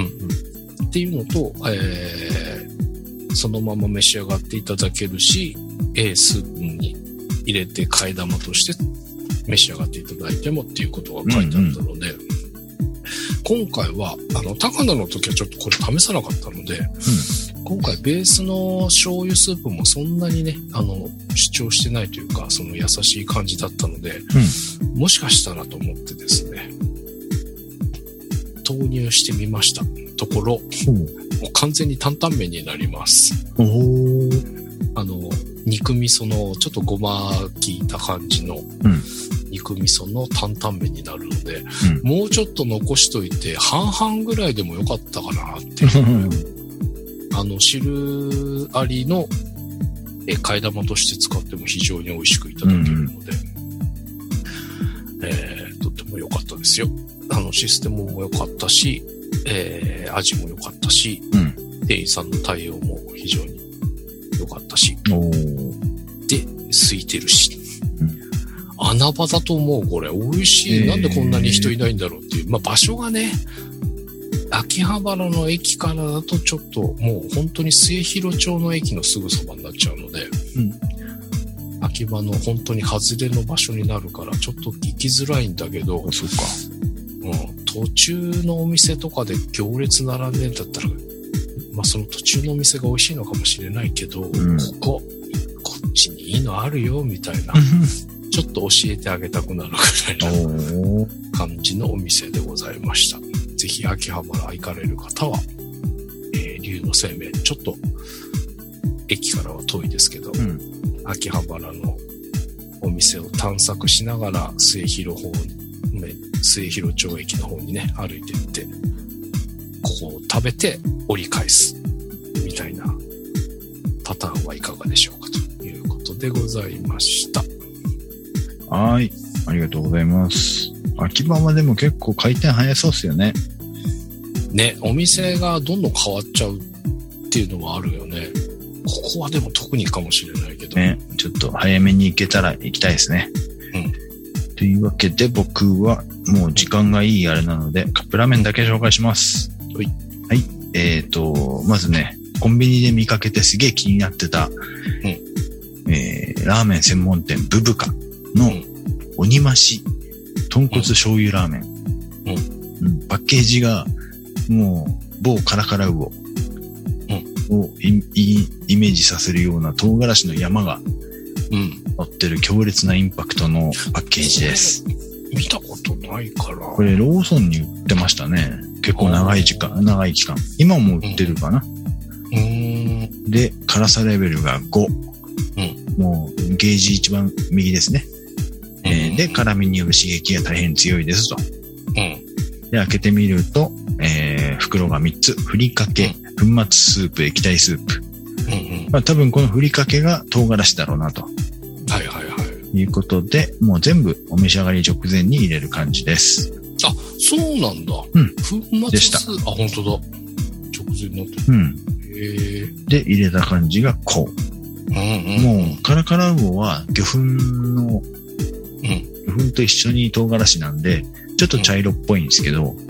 っていうのと、えー、そのまま召し上がっていただけるし、えー、スープに入れて替え玉として召し上がっていただいてもっていうことが書いてあったので、うんうん、今回は、あの、高野の時はちょっとこれ試さなかったので、うん、今回ベースの醤油スープもそんなにね、あの、主張してないというか、その優しい感じだったので、うん、もしかしたらと思ってですね、投入してみましたところ、うん、もう完全に担々麺になります。 おー。 あの、肉味噌のちょっとごま効いた感じの、うん肉味噌の担々麺になるので、うん、もうちょっと残しといて半々ぐらいでもよかったかなっていうあの汁ありのえ替え玉として使っても非常に美味しくいただけるので、うんえー、とっても良かったですよ。あのシステムも良かったし、えー、味も良かったし、うん、 店員さんの対応も非常に良かったし。 おで、空いてるし。 うん、 穴場だと思う、これ。美味しい。えー、なんでこんなに人いないんだろうっていう。まあ場所がね、秋葉原の駅からだとちょっともう本当に末広町の駅のすぐそばになっちゃうので、うん、秋葉の本当に外れの場所になるからちょっと行きづらいんだけど、 そうか。 うん、途中のお店とかで行列並んでんだったら、まあその途中のお店が美味しいのかもしれないけど、うん、ここ、こっちにいいのあるよみたいな、ちょっと教えてあげたくなるぐらいの感じのお店でございました。ぜひ秋葉原行かれる方は、えー、龍の生命、ちょっと駅からは遠いですけど、うん、秋葉原のお店を探索しながら末広方、末広町駅の方にね、歩いていって、ここを食べて折り返すみたいなパターンはいかがでしょうかということでございました。 はい、ありがとうございます。秋葉はでも結構回転早そうですよね。 ね、お店がどんどん変わっちゃうっていうのはあるよね。ここはでも特にかもしれないけど。ね、 ちょっと早めに行けたら行きたいですね。うん。というわけで僕はもう時間がいいあれなのでカップラーメンだけ紹介します。はい。はい。えっと、まずね、コンビニで見かけてすげえ気になってた、うん、えー、ラーメン専門店ブブカの鬼増し豚骨醤油ラーメン。うんうん、パッケージがもう某カラカラウオをイメージさせるような唐辛子の山が乗ってる強烈なインパクトのパッケージです。 見たことないから。 これローソンに売ってましたね。結構長い時間、長い期間。今も売ってるかな。うん、で、辛さレベルがご。うん、もうゲージ一番右ですね。えー、で、辛みによる刺激が大変強いですと。うん、で、開けてみると、えー、袋がみっつ。ふりかけ、粉末スープ、液体スープ。うんうん、まあ、多分このふりかけが唐辛子だろうなと。 はいはいはい。 いうことで、もう全部お召し上がり直前に入れる感じです。 あ、そうなんだ。 うん。 粉末スープ。あ、本当だ。直前になってる。 うん。へー。で、入れた感じがこう。うんうんうん、もう、カラカラウオは魚粉の、うん、魚粉と一緒に唐辛子なんで、ちょっと茶色っぽいんですけど、うんうんうん、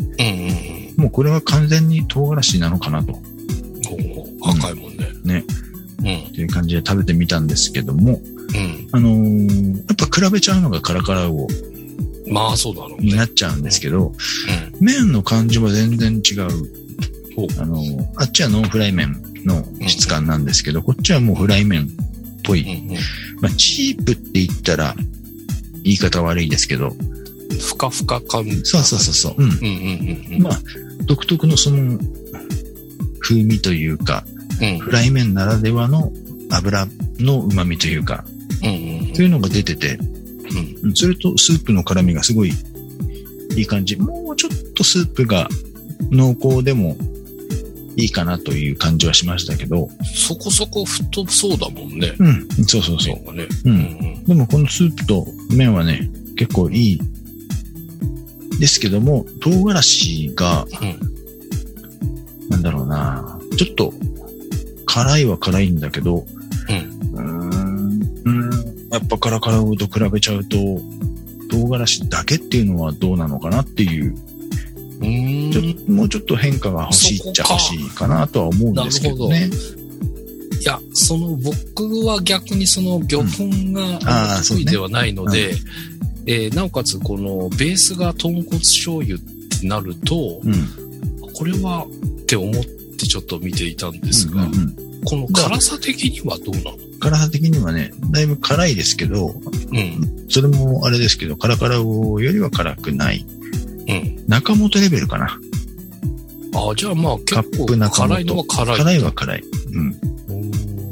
もうこれは完全に唐辛子なのかなと。 赤いもんね。 うん、ね。うん。っていう感じで食べてみたんですけども、うん、あのー、やっぱ比べちゃうのがカラカラウオ。 まあそうだろうね。 になっちゃうんですけど、うん、麺の感じは全然違う。あのー、あっちはノンフライ麺の質感なんですけど、うん、こっちはもうフライ麺っぽい。うんうん、まあチープって言ったら言い方悪いですけど、 ふかふか感。 そうそうそうそう。うん。うんうんうん、まあ独特のその風味というか、うん、フライ麺ならではの油の旨味というか、うんうんうん、そういうのが出てて、うん、それとスープの辛みがすごいいい感じ。もうちょっとスープが濃厚でもいいかなという感じはしましたけど。 そこそこ太そうだもんね。 うん。そうそうそう。ね、うん、うん。でもこのスープと麺はね、結構いいですけども、唐辛子が、うん、なんだろうな、ちょっと辛いは辛いんだけど、うん、うーん、うーんやっぱカラカラウオと比べちゃうと、唐辛子だけっていうのはどうなのかなっていう、うーんちょっともうちょっと変化が欲しいっちゃ欲しいかなとは思うんですけどね。 いや、その僕は逆にその魚粉が得意ではないので、うんえー、なおかつこのベースが豚骨醤油ってなると、うん、これはって思ってちょっと見ていたんですが、うんうんうん、この辛さ的にはどうなの？ 辛さ的にはね、だいぶ辛いですけど、うん、それもあれですけど、カラカラウオよりは辛くない。うん、中本レベルかな。 ああ、じゃあまあ結構辛いのは辛い。 辛いは辛い。うん。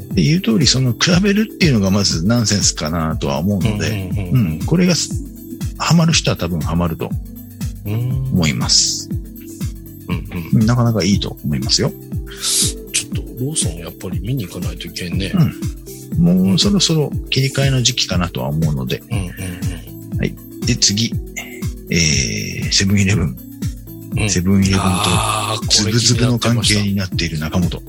で言う通り、その比べるっていうのがまずナンセンスかなとは思うので、うん、うんうん、これがハマる人は多分ハマると思います。うんうん、なかなかいいと思いますよ。 ちょっとローソンやっぱり見に行かないといけんね。 うん、もうそろそろ切り替えの時期かなとは思うので。うんうんうん、はい。で、次、えー、セブンイレブン。 うん、セブンイレブンとズブズブの関係になっている中本。うん、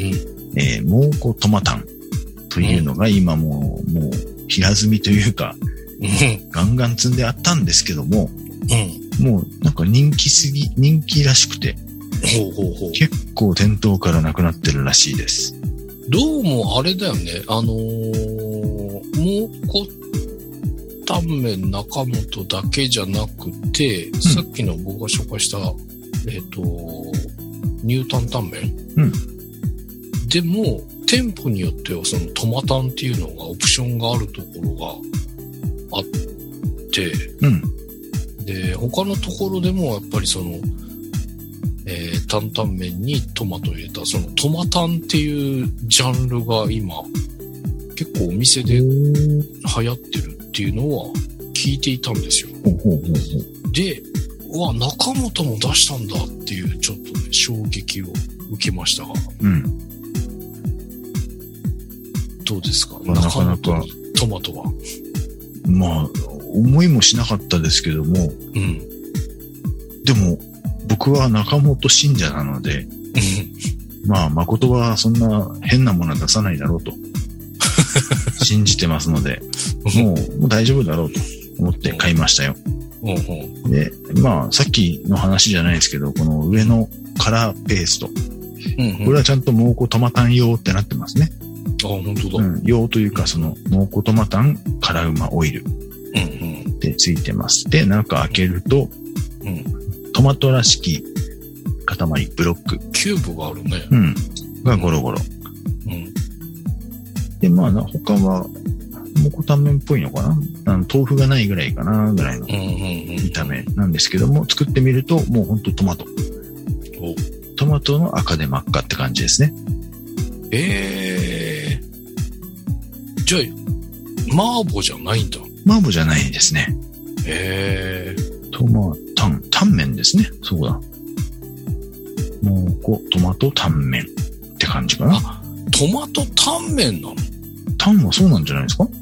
えー、蒙古トマタンというのが今もう、もう平積みというか、うん、ガンガン積んであったんですけども、うん、もうなんか人気すぎ、人気らしくて、ほうほうほう、結構店頭からなくなってるらしいです。 どうもあれだよね、あのー、蒙古タンメン中本だけじゃなくて、うん、さっきの僕が紹介した、えっと、ニュータンタンメン、うん、でも、店舗によってはそのトマタンっていうのがオプションがあるところがあって、うん、で、他のところでもやっぱりその、えー、担々麺にトマトを入れた、そのトマタンっていうジャンルが今、結構お店で流行ってるっていうのは聞いていたんですよ。で、うわ、中本も出したんだっていうちょっとね、衝撃を受けましたが。うん。どうですか、 まあ、なかなかトマトは。 まあ、思いもしなかったですけども、うん。でも、僕は中本信者なので、まあ、誠はそんな変なものは出さないだろうと信じてますので、もう、もう大丈夫だろうと思って買いましたよ。で、まあ、さっきの話じゃないですけど、この上のカラーペースト、これはちゃんと蒙古トマタン用ってなってますね。 あ、本当だ。 うん、用というか、その蒙古トマタン辛うまオイルってついてます。で、中開けると、うん、トマトらしき塊、ブロック。 キューブがあるね。 うん。がゴロゴロ。うん。で、まあな、他は、蒙古タンメンっぽいのかな、あの豆腐がないぐらいかなぐらいの見た目なんですけども、作ってみると、もうほんとトマト。トマトの赤で真っ赤って感じですね。 ええー。じゃあ、麻婆じゃないんだ。 麻婆じゃないですね。 ええー。 トマタン、タンメンですね。そうだ。蒙古トマトタンメンって感じかな。あ、 トマトタンメンなの？ タンはそうなんじゃないですか？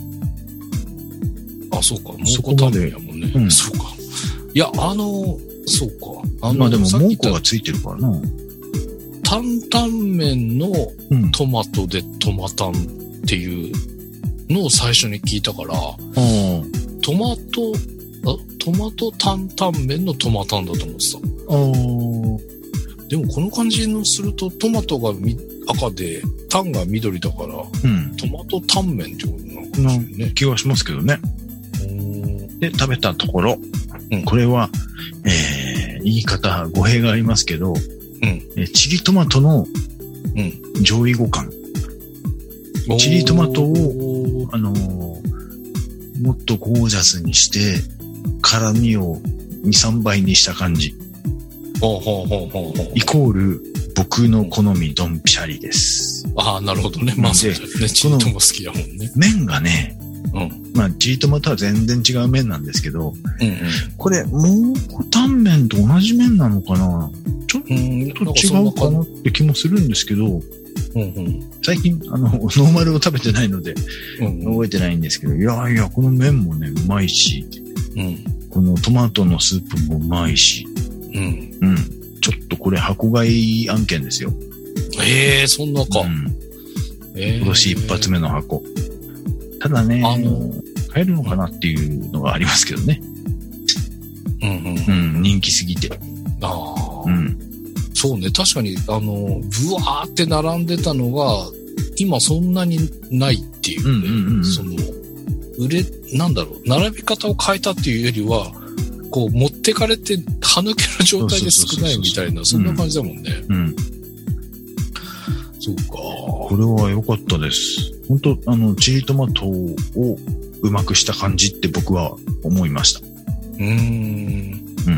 あ、そうか。蒙古タンメンやもんね。うん、そうか。いや、あの、そうか。 あの、まあでも、蒙古がついてるからな。 担々麺のトマトでトマタンっていうのを最初に聞いたから、うん、トマト、あ、トマト担々麺のトマタンだと思ってた。でもこの感じのするとトマトが赤でタンが緑だから、うん、トマトタンメンってことなのかもしれないね。 気はしますけどね。で、食べたところ、うん、これは、えー、言い方、語弊がありますけど、うん、えチリトマトの上位互換、うん、チリトマトを、あのー、もっとゴージャスにして辛みをに、さんばいにした感じ、 ほうほうほうほうほう、 イコール僕の好みドンピシャリです。 ああ、なるほどね。まあそうですね。チリトマ好きやもんね。 麺がね、うん、まあチリトマとは全然違う麺なんですけど、うんうん、これ蒙古タンメンと同じ麺なのかな、ちょっと違うかなって気もするんですけど、うんうん、最近あのノーマルを食べてないので、うんうん、覚えてないんですけど、いやいやこの麺もねうまいし、うん、このトマトのスープもうまいし、うんうん、ちょっとこれ箱買い案件ですよ。 ええー、そんなか。うん、 えー、今年一発目の箱。ただね、あの買えるのかなっていうのがありますけどね。うんうんうん、人気すぎて。ああ、 うん、そうね、確かにあのブワーって並んでたのが今そんなにないっていうね、うんうんうん、その売れなんだろう、並び方を変えたっていうよりはこう持ってかれて歯抜けの状態で少ないみたいな、そんな感じだもんね。うん。うん、そうか。 これは良かったです。本当あのチリトマトをうまくした感じって僕は思いました。うーん。うん。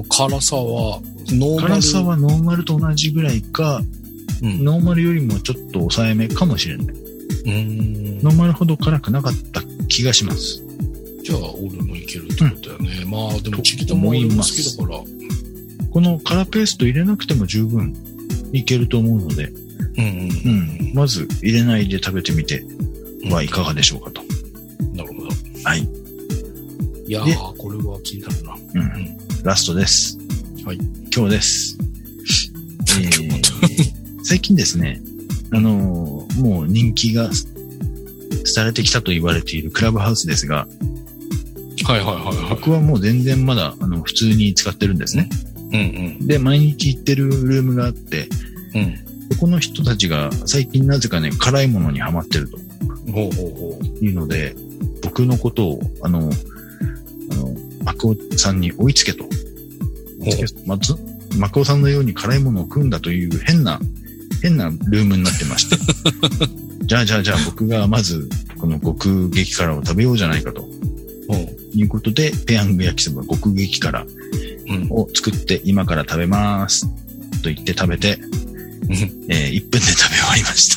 辛さはノーマル。 辛さはノーマルと同じぐらいか、うん、ノーマルよりもちょっと抑えめかもしれない。うーん。ノーマルほど辛くなかった気がします。 じゃあ俺もいけるってことだよね。うん、まあでもチリトマ俺も好きだから。 この辛ペースト入れなくても十分いけると思うので、うんうんうん、まず入れないで食べてみてはいかがでしょうかと。 なるほど。 はい。 いやー、これは気になるな。うん。 ラストです。 はい。 今日です。えー、最近ですね、あのー、もう人気がされてきたと言われているクラブハウスですが、 はいはいはいはい。 僕はもう全然まだ、あの、普通に使ってるんですね。 うんうん。 で、毎日行ってるルームがあって、 うん。 そこの人たちが最近なぜかね、辛いものにハマってると。 ほうほうほう。 いうので、僕のことを、あの、あの、マクオさんに追いつけと。追いつけまず、マクオさんのように辛いものを食うんだという変な、変なルームになってまして。じゃあじゃあじゃあ僕がまず、この極激辛を食べようじゃないかと。いうことで、ペヤング焼きそば極激辛を作って今から食べますと言って食べて、えー、いっぷんで食べ終わりました。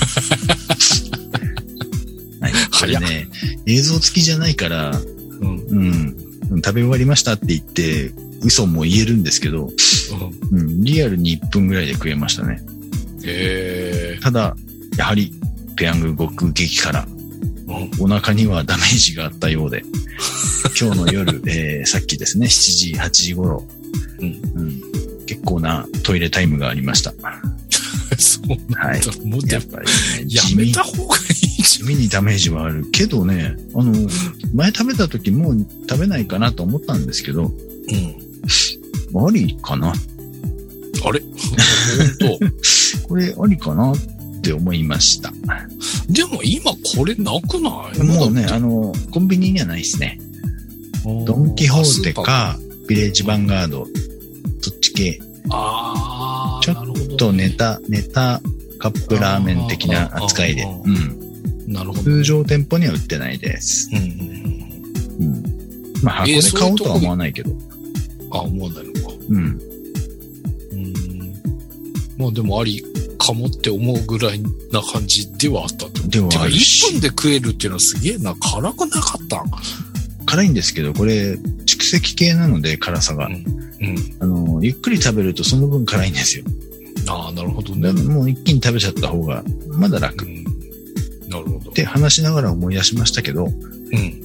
はい。これね、映像付きじゃないから、うん、うん、食べ終わりましたって言って、嘘も言えるんですけど、うんうん、リアルにいっぷんぐらいで食えましたね。 へー。 ただ、やはり、ペヤング極激辛、うん、お腹にはダメージがあったようで、今日の夜、えー、さっきですね、しちじ、はちじ頃、うんうん、結構なトイレタイムがありました。 そうなんだ。はい、もうやっぱりね、 やめた方がいい。 地味にダメージはあるけどね、あの、前食べた時もう食べないかなと思ったんですけど、うん、ありかな。 あれ本当これありかなって思いました。 でも今これなくない？ もうね、あの、コンビニにはないですね。ドンキホーテか、ビレッジヴァンガード、そっち系。 ああ、 ちょっとネタ、ネタカップラーメン的な扱いで。うん。 なるほど。 通常店舗には売ってないです。うんうんうん。まあ箱で買おうとは思わないけど。 あ、思わないのか。 うん。 うん。まあでもありかもって思うぐらいな感じではあったと。 ではあるし。 いっぷんで食えるっていうのはすげえな。辛くなかった。 辛いんですけど、これ、蓄積系なので辛さが。うん。うん、あの、ゆっくり食べるとその分辛いんですよ。 ああ、なるほどね。 もう一気に食べちゃった方が、まだ楽。うん、 なるほど。 って話しながら思い出しましたけど、うん。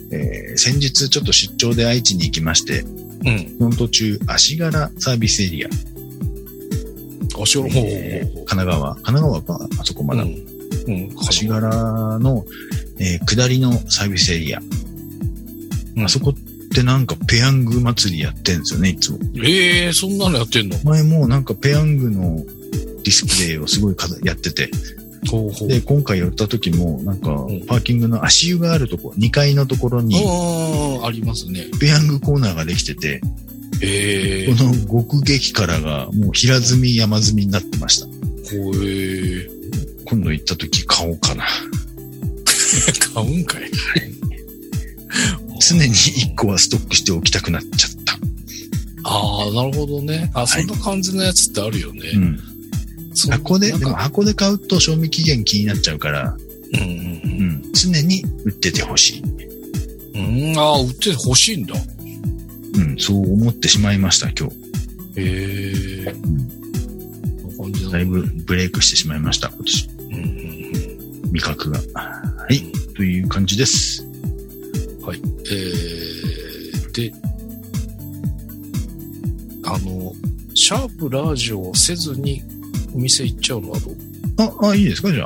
えー、先日ちょっと出張で愛知に行きまして、うん。その途中、足柄サービスエリア。 足柄、 えー、神奈川神奈川かあそこまだ。うん。うん、足柄の、えー、下りのサービスエリア。うん、あそこってなんかペヤング祭りやってんですよね、いつも。 ええー、そんなのやってんの？ 前もなんかペヤングのディスプレイをすごいやってて。ほうほう。で、今回寄った時も、なんか、パーキングの足湯があるとこ、にかいのところに、 ああ、ありますね。 ペヤングコーナーができてて、 ええー。 この極激辛がもう平積み山積みになってました。 ほえー。 今度行った時買おうかな。 買うんかい。 常にいっこはストックしておきたくなっちゃった。 ああ、なるほどね。あ、はい、そんな感じのやつってあるよね。うん。 箱で、でも箱で買うと賞味期限気になっちゃうから、うんうんうん、常に売っててほしい。 うん、ああ、売っててほしいんだ。 うん、そう思ってしまいました、今日。 へえ。 うん、だいぶブレイクしてしまいました、今年。うんうんうん、味覚が。はい、うん、という感じです。 はい。えー、で、あの、シャープラージをせずにお店行っちゃうのはどう？ あ、あ、いいですかじゃあ。うん。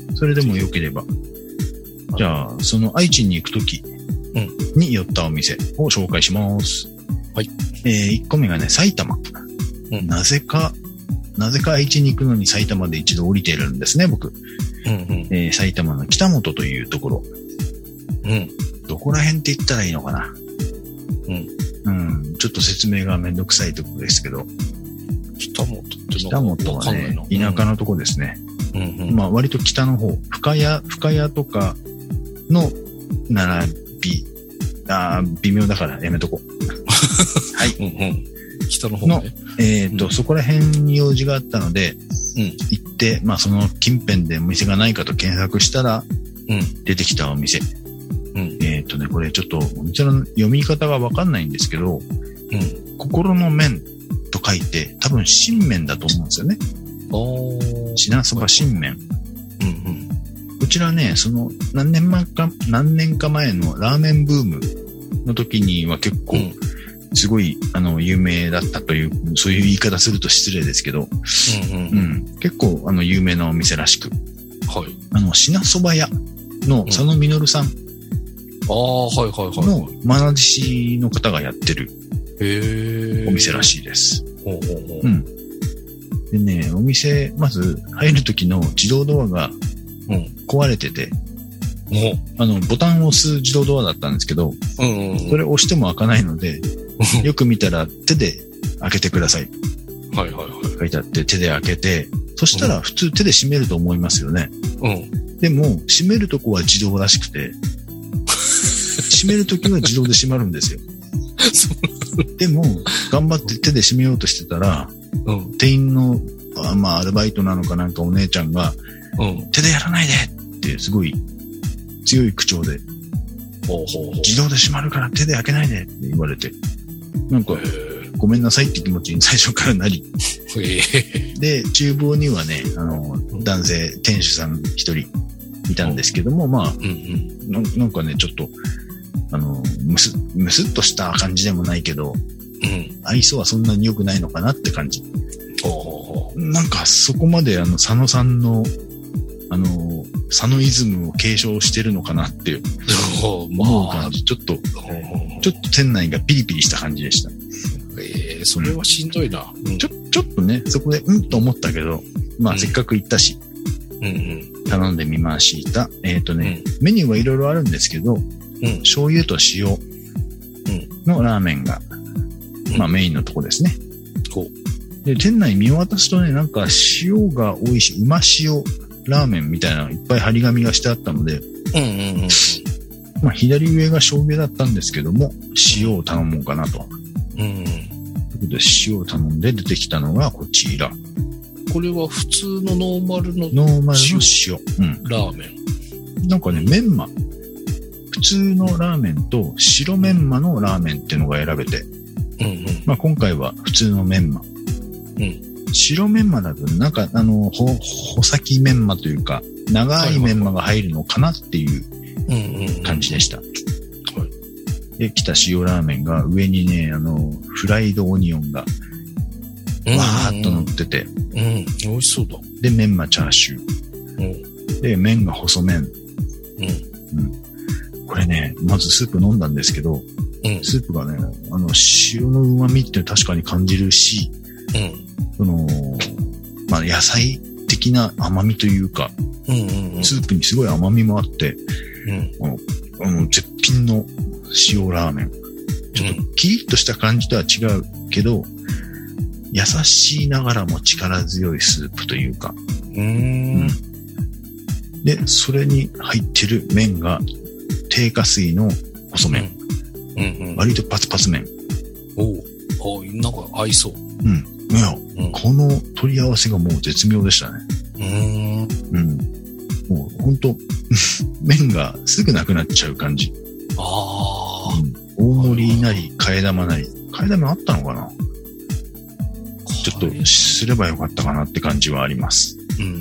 それでもよければ。じゃあ、その愛知に行くときに寄ったお店を紹介します。 はい。 えー、いっこめがね、埼玉。うん、なぜか、なぜか愛知に行くのに埼玉で一度降りてるんですね、僕。うんうん。えー、埼玉の北本というところ。うん。どこら辺って言ったらいいのかな。うん。うん。ちょっと説明がめんどくさいところですけど。 北本って北本はね、田舎のとこですね。うんうん、まあ割と北の方。深谷、深谷とかの並び。ああ、微妙だからやめとこう。はい。うんうん、北の方ね。えっ、ー、と、うん、そこら辺に用事があったので、うん、行って、まあその近辺でお店がないかと検索したら、うん、出てきたお店。うん、えっ、ー、とね、これちょっとお店の読み方がわかんないんですけど、うん、心の麺と書いて、多分新麺だと思うんですよね。品そば新麺。うんうん。こちらね、その何年前か、何年か前のラーメンブームの時には結構すごい、あの、有名だったという、そういう言い方すると失礼ですけど、 うんうんうん、結構、あの、有名なお店らしく、 はい。 あの、品そば屋の佐野実さんああ、はいはいはい。 の、愛弟子の方がやってるへお店らしいです。 ほうほうほう。 うん。でね、お店、まず入る時の自動ドアが壊れてて、 うん、 あの、ボタンを押す自動ドアだったんですけど、 うんうん、 それ押しても開かないので、よく見たら手で開けてください。 はいはいはい。 書いてあって手で開けて、そしたら普通手で閉めると思いますよね。 うん。 でも、閉めるとこは自動らしくて、閉めるときは自動で閉まるんですよ。でも、頑張って手で閉めようとしてたら、うん、店員の、あまあ、アルバイトなのかなんかお姉ちゃんが、うん、手でやらないでってすごい強い口調で、 ほうほうほう、 自動で閉まるから手で開けないでって言われて、なんか、ごめんなさいって気持ちに最初からなり、で、厨房にはね、あの、男性、店主さん一人いたんですけども、まあ、うんうん、な, なんかね、ちょっと、あの、むす、むすっとした感じでもないけど、うん、愛想はそんなに良くないのかなって感じ。 ほうなんかそこまであの、佐野さんの、あの、佐野イズムを継承してるのかなっていう、思う感じ。ちょっと、ちょっと店内がピリピリした感じでした。 ええー、それはしんどいな、 うん。ちょ、ちょっとね、そこで、うんと思ったけど、まあ、うん、せっかく行ったし、 うんうん、 頼んでみました。えっとね、うん、メニューはいろいろあるんですけど、うん、醤油と塩のラーメンが、うん、まあメインのとこですね。 うん、 で、店内見渡すとね、なんか塩が多いし、うま塩ラーメンみたいなのいっぱい張り紙がしてあったので、 うんうんうん、 まあ左上が醤油だったんですけども、塩を頼もうかなと。 うんうん、 ということで塩を頼んで出てきたのがこちら。 これは普通のノーマルのノーマルの塩。うん、 ラーメン。なんかね、メンマ。普通のラーメンと白メンマのラーメンっていうのが選べて。 うんうん、 まあ今回は普通のメンマ。 うん、 白メンマだとなんかあの、ほ、穂先メンマというか、長いメンマが入るのかなっていう感じでした。で、来た塩ラーメンが上にね、あの、フライドオニオンが、わーっと乗ってて。 うん、うん、美味しそうだ。 で、メンマチャーシュー。 うん、で、麺が細麺。 うん。 うん。これね、まずスープ飲んだんですけど、 うん、 スープがね、あの、塩の旨味って確かに感じるし、 うん。 その、まあ、野菜的な甘みというか、 うんうんうん、 スープにすごい甘みもあって、 うん、 あの、あの絶品の塩ラーメン。ちょっとキリッとした感じとは違うけど、優しいながらも力強いスープというか。 うーん、うん。 で、それに入ってる麺が低加水の細麺。 うんうんうん、 割とパツパツ麺。 おう。あ、なんか合いそう。 うん。いや、うん、この取り合わせがもう絶妙でしたね。 うーん。 うん。もうほんと、麺がすぐなくなっちゃう感じ。 ああ、 うん。大盛りなり、替え玉なり。替え玉あったのかな？ちょっとすればよかったかなって感じはあります。 うん。うん。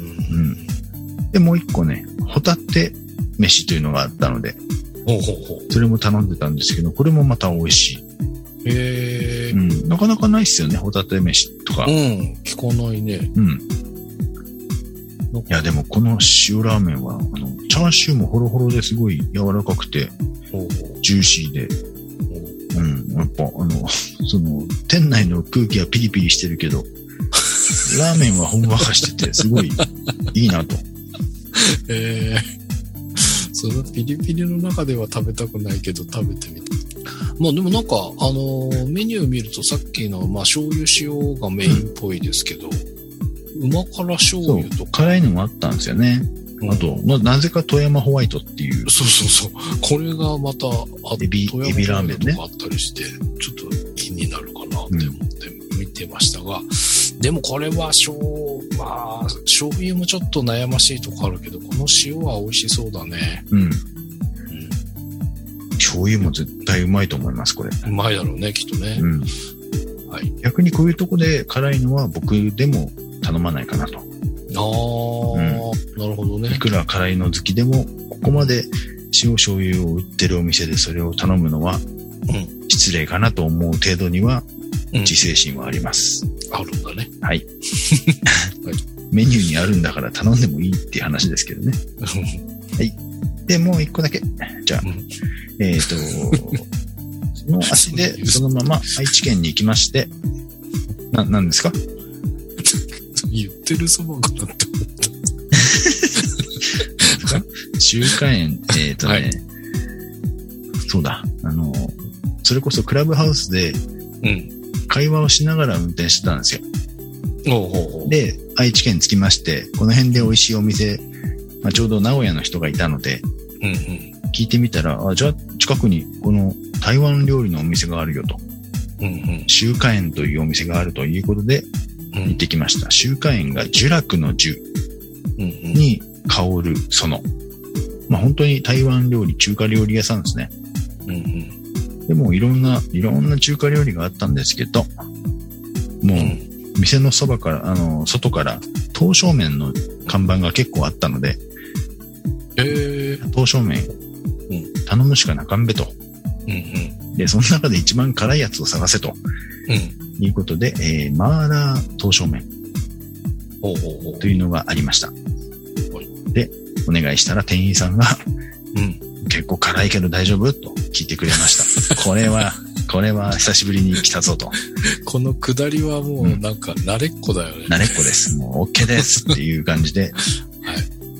で、もう一個ね、ホタテ飯というのがあったので、 ほうほうほう。 それも頼んでたんですけど、これもまた美味しい。 へえ。 うん。なかなかないっすよね、ホタテ飯とか。 うん。聞かないね。 うん。いや、でもこの塩ラーメンは、あの、チャーシューもホロホロですごい柔らかくて、 ほうほう、 ジューシーで、うん。やっぱ、あの、その、店内の空気はピリピリしてるけど、ラーメンはほんわかしてて、すごいいいなと。 ええー。そのピリピリの中では食べたくないけど食べてみた。まあでもなんか、あのー、メニュー見るとさっきの、まあ醤油塩がメインっぽいですけど、うん、旨辛醤油とか。 辛いのもあったんですよね。うん、あと、な、なぜか富山ホワイトっていう。 そうそうそう。これがまた、あエビ、エビラーメンね。 とかあったりして、ちょっと気になるかなって思って見てましたが、うん、でもこれは醤、まあ、醤油もちょっと悩ましいとこあるけど、この塩は美味しそうだね。 うん。うん、醤油も絶対うまいと思います、これ。 うまいだろうね、きっとね。 うん。はい。逆にこういうとこで辛いのは僕でも頼まないかなと。 ああ、うん、なるほどね。 いくら辛いの好きでも、ここまで塩醤油を売ってるお店でそれを頼むのは、 うん、 失礼かなと思う程度には、自制心はあります。 うん、あるんだね。 はい。はい、メニューにあるんだから頼んでもいいっていう話ですけどね。はい。で、もう一個だけ。じゃあ、うん、えっと、その足でそのまま愛知県に行きまして、な、なんですか？ 言ってるそばかなって思った。 中華園、えっとね、はい、そうだ、あの、それこそクラブハウスで、会話をしながら運転してたんですよ。 うん、おうおうおうで、愛知県着きまして、この辺で美味しいお店、まあ、ちょうど名古屋の人がいたので、うんうん、聞いてみたら、あ、じゃあ近くにこの台湾料理のお店があるよと。うんうん、中華園というお店があるということで、行ってきました。中華園が呪楽の呪に香るその。まあ本当に台湾料理、中華料理屋さんですね。うんうん、でもいろんな、いろんな中華料理があったんですけど、もう店のそばから、あの、外から刀削麺の看板が結構あったので、 えー、 刀削麺頼むしかなかんべと。うんうん、で、その中で一番辛いやつを探せと。うんいうことで、えー、マーラー刀削麺というのがありました。で、お願いしたら店員さんが、うん、結構辛いけど大丈夫と聞いてくれました。これは、これは久しぶりに来たぞと。 この下りはもうなんか慣れっこだよね。 うん、慣れっこです。もう OK ですっていう感じで、はい、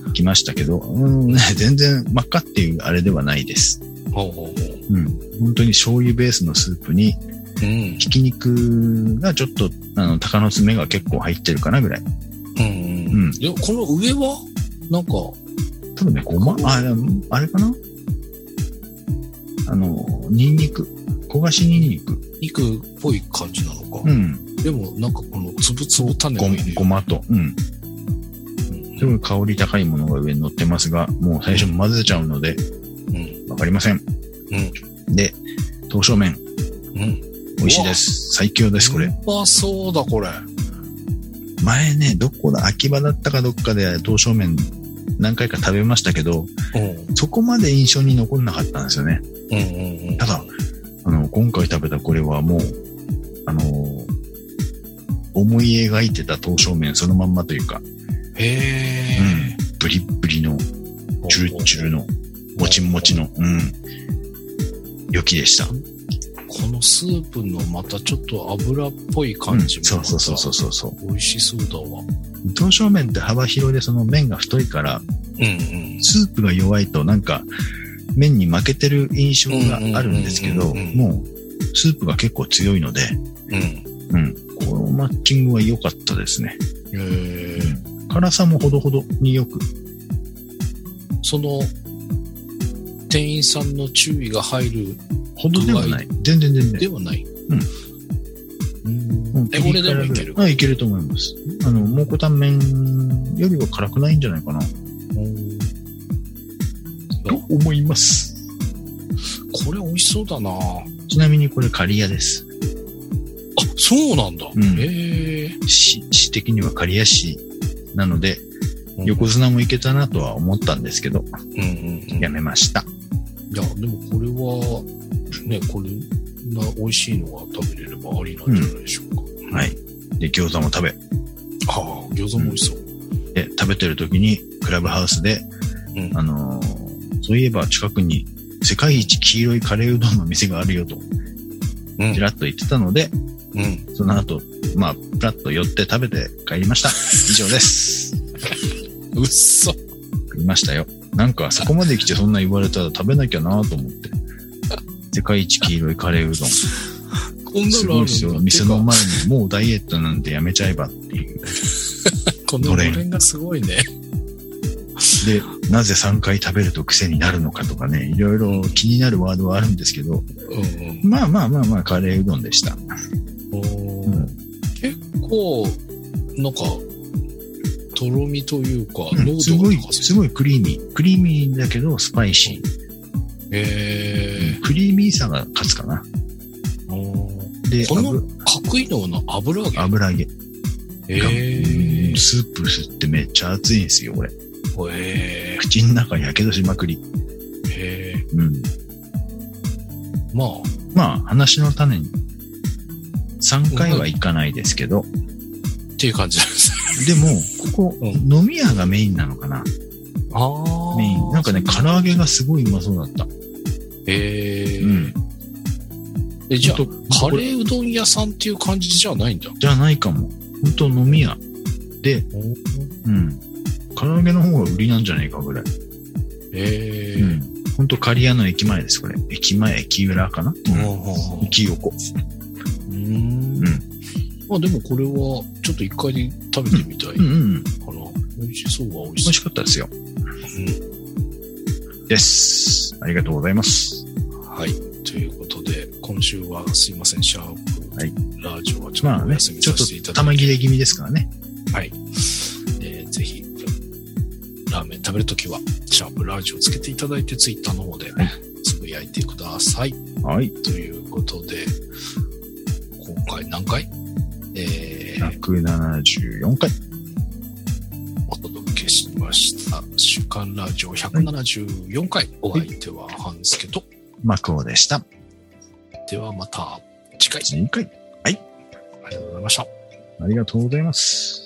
来ましたけど、うん、全然真っ赤っていうあれではないです。ほうほうほう。うん、本当に醤油ベースのスープに、うん、ひき肉がちょっと、あの、鷹の爪が結構入ってるかなぐらい。うん。 うん。いや、この上はなんか、多分ね、ごま、あ、あれかなあの、ニンニク。焦がしニンニク。 肉っぽい感じなのか。 うん。 でも、なんかこのつぶつぶ種がいる。 ごまと。うん。すごい香り高いものが上に乗ってますが、もう最初混ぜちゃうので、うん。わかりません。うん。で、刀削麺。うん。美味しいです。最強です、これ。 うまそうだ、これ。 前ね、どこだ、秋葉だったかどっかで刀削麺何回か食べましたけど、うん、そこまで印象に残んなかったんですよね。うんうんうん、ただ、あの、今回食べたこれはもう、あのー、思い描いてた刀削麺そのまんまというか、 へー。うん。ブリッブリの、チュルチュルの、もちもちの、うん。良きでした。 このスープのまたちょっと油っぽい感じも、 うん、そうそうそうそうそう。 美味しそうだわ。 刀削麺って幅広でその麺が太いから、うんうん、スープが弱いとなんか麺に負けてる印象があるんですけど、もうスープが結構強いので、うんうん、このマッチングは良かったですね。へー、うん、辛さもほどほどによく。 その店員さんの注意が入るほどではない。全然全然。 ではない。 うん。うん。え、これでもいける？あ、いけると思います。あの、蒙古タンメンよりは辛くないんじゃないかな。と思います。 これ美味しそうだな。 ちなみにこれ刈谷です。 あ、そうなんだ。うん、 へぇ。市、市的には刈谷市なので、うん、横綱もいけたなとは思ったんですけど、うんうんうん、やめました。 いや、でもこれは、ね、これな美味しいのが食べれればありなんじゃないでしょうか。 うん、はい。で、餃子も食べ。 ああ、餃子も美味しそう。うん、 で、食べてる時にクラブハウスで、うん、あのー、そういえば近くに世界一黄色いカレーうどんの店があるよと、うん、ちらっと言ってたので、うん、その後、まあ、プラッと寄って食べて帰りました。以上です。 うっそ。 食いましたよ。なんかそこまで来てそんな言われたら食べなきゃなと思って。世界一黄色いカレーうどん。 こんなのあるんだ。 すごいですよ。店の前にもうダイエットなんてやめちゃえばっていう。 こののれんがすごいね。 で、なぜさんかい食べると癖になるのかとかね、いろいろ気になるワードはあるんですけど、うんうん、まあまあまあまあカレーうどんでした。 おうん、結構、なんか、とろみというか、 うん、すごい、すごいクリーミー。クリーミーだけどスパイシー。 へー、 クリーミーさが勝つかな。 で、この角いのの油揚げ油揚げ。 へー、 スープ吸ってめっちゃ熱いんですよ、これ。 へー、 口の中やけどしまくり。 へー、 うん。 まあ、 まあ、話の種に、さんかいは行かないですけど、 っていう感じなんです。 でも、ここ、うん、飲み屋がメインなのかな。 ああ。 メイン。なんかね、唐揚げがすごいうまそうだった。 へえ。 うん。 え、じゃあ、カレーうどん屋さんっていう感じじゃないんだ。 じゃないかも。ほんと飲み屋。で、うん。唐揚げの方が売りなんじゃないかぐらい。 へえ。 うん。ほんと刈谷の駅前です、これ。駅前、駅裏かな、うん、駅横。 うーん。うん。まあでもこれは、ちょっと一回で食べてみたい。うん、うんうん。かな。美味しそうは美味しそう。 美味しかったですよ。うん。です。ありがとうございます。 はい。ということで、今週はすいません、シャープ、はい、ラジオはちょっとお休みさせていただき、まあね、ちょっと玉切れ気味ですからね。 はい。えー、ぜひ、ラーメン食べるときは、シャープラジオつけていただいて、ツイッターの方で、つぶやいてください。 はい。 ということで、今回何回えー、 ひゃくななじゅうよんかい。 お届けしました。週刊ラジオひゃくななじゅうよんかい。はい、お相手は半助と、 マクオでした。 ではまた次回。 次回。はい。 ありがとうございました。 ありがとうございます。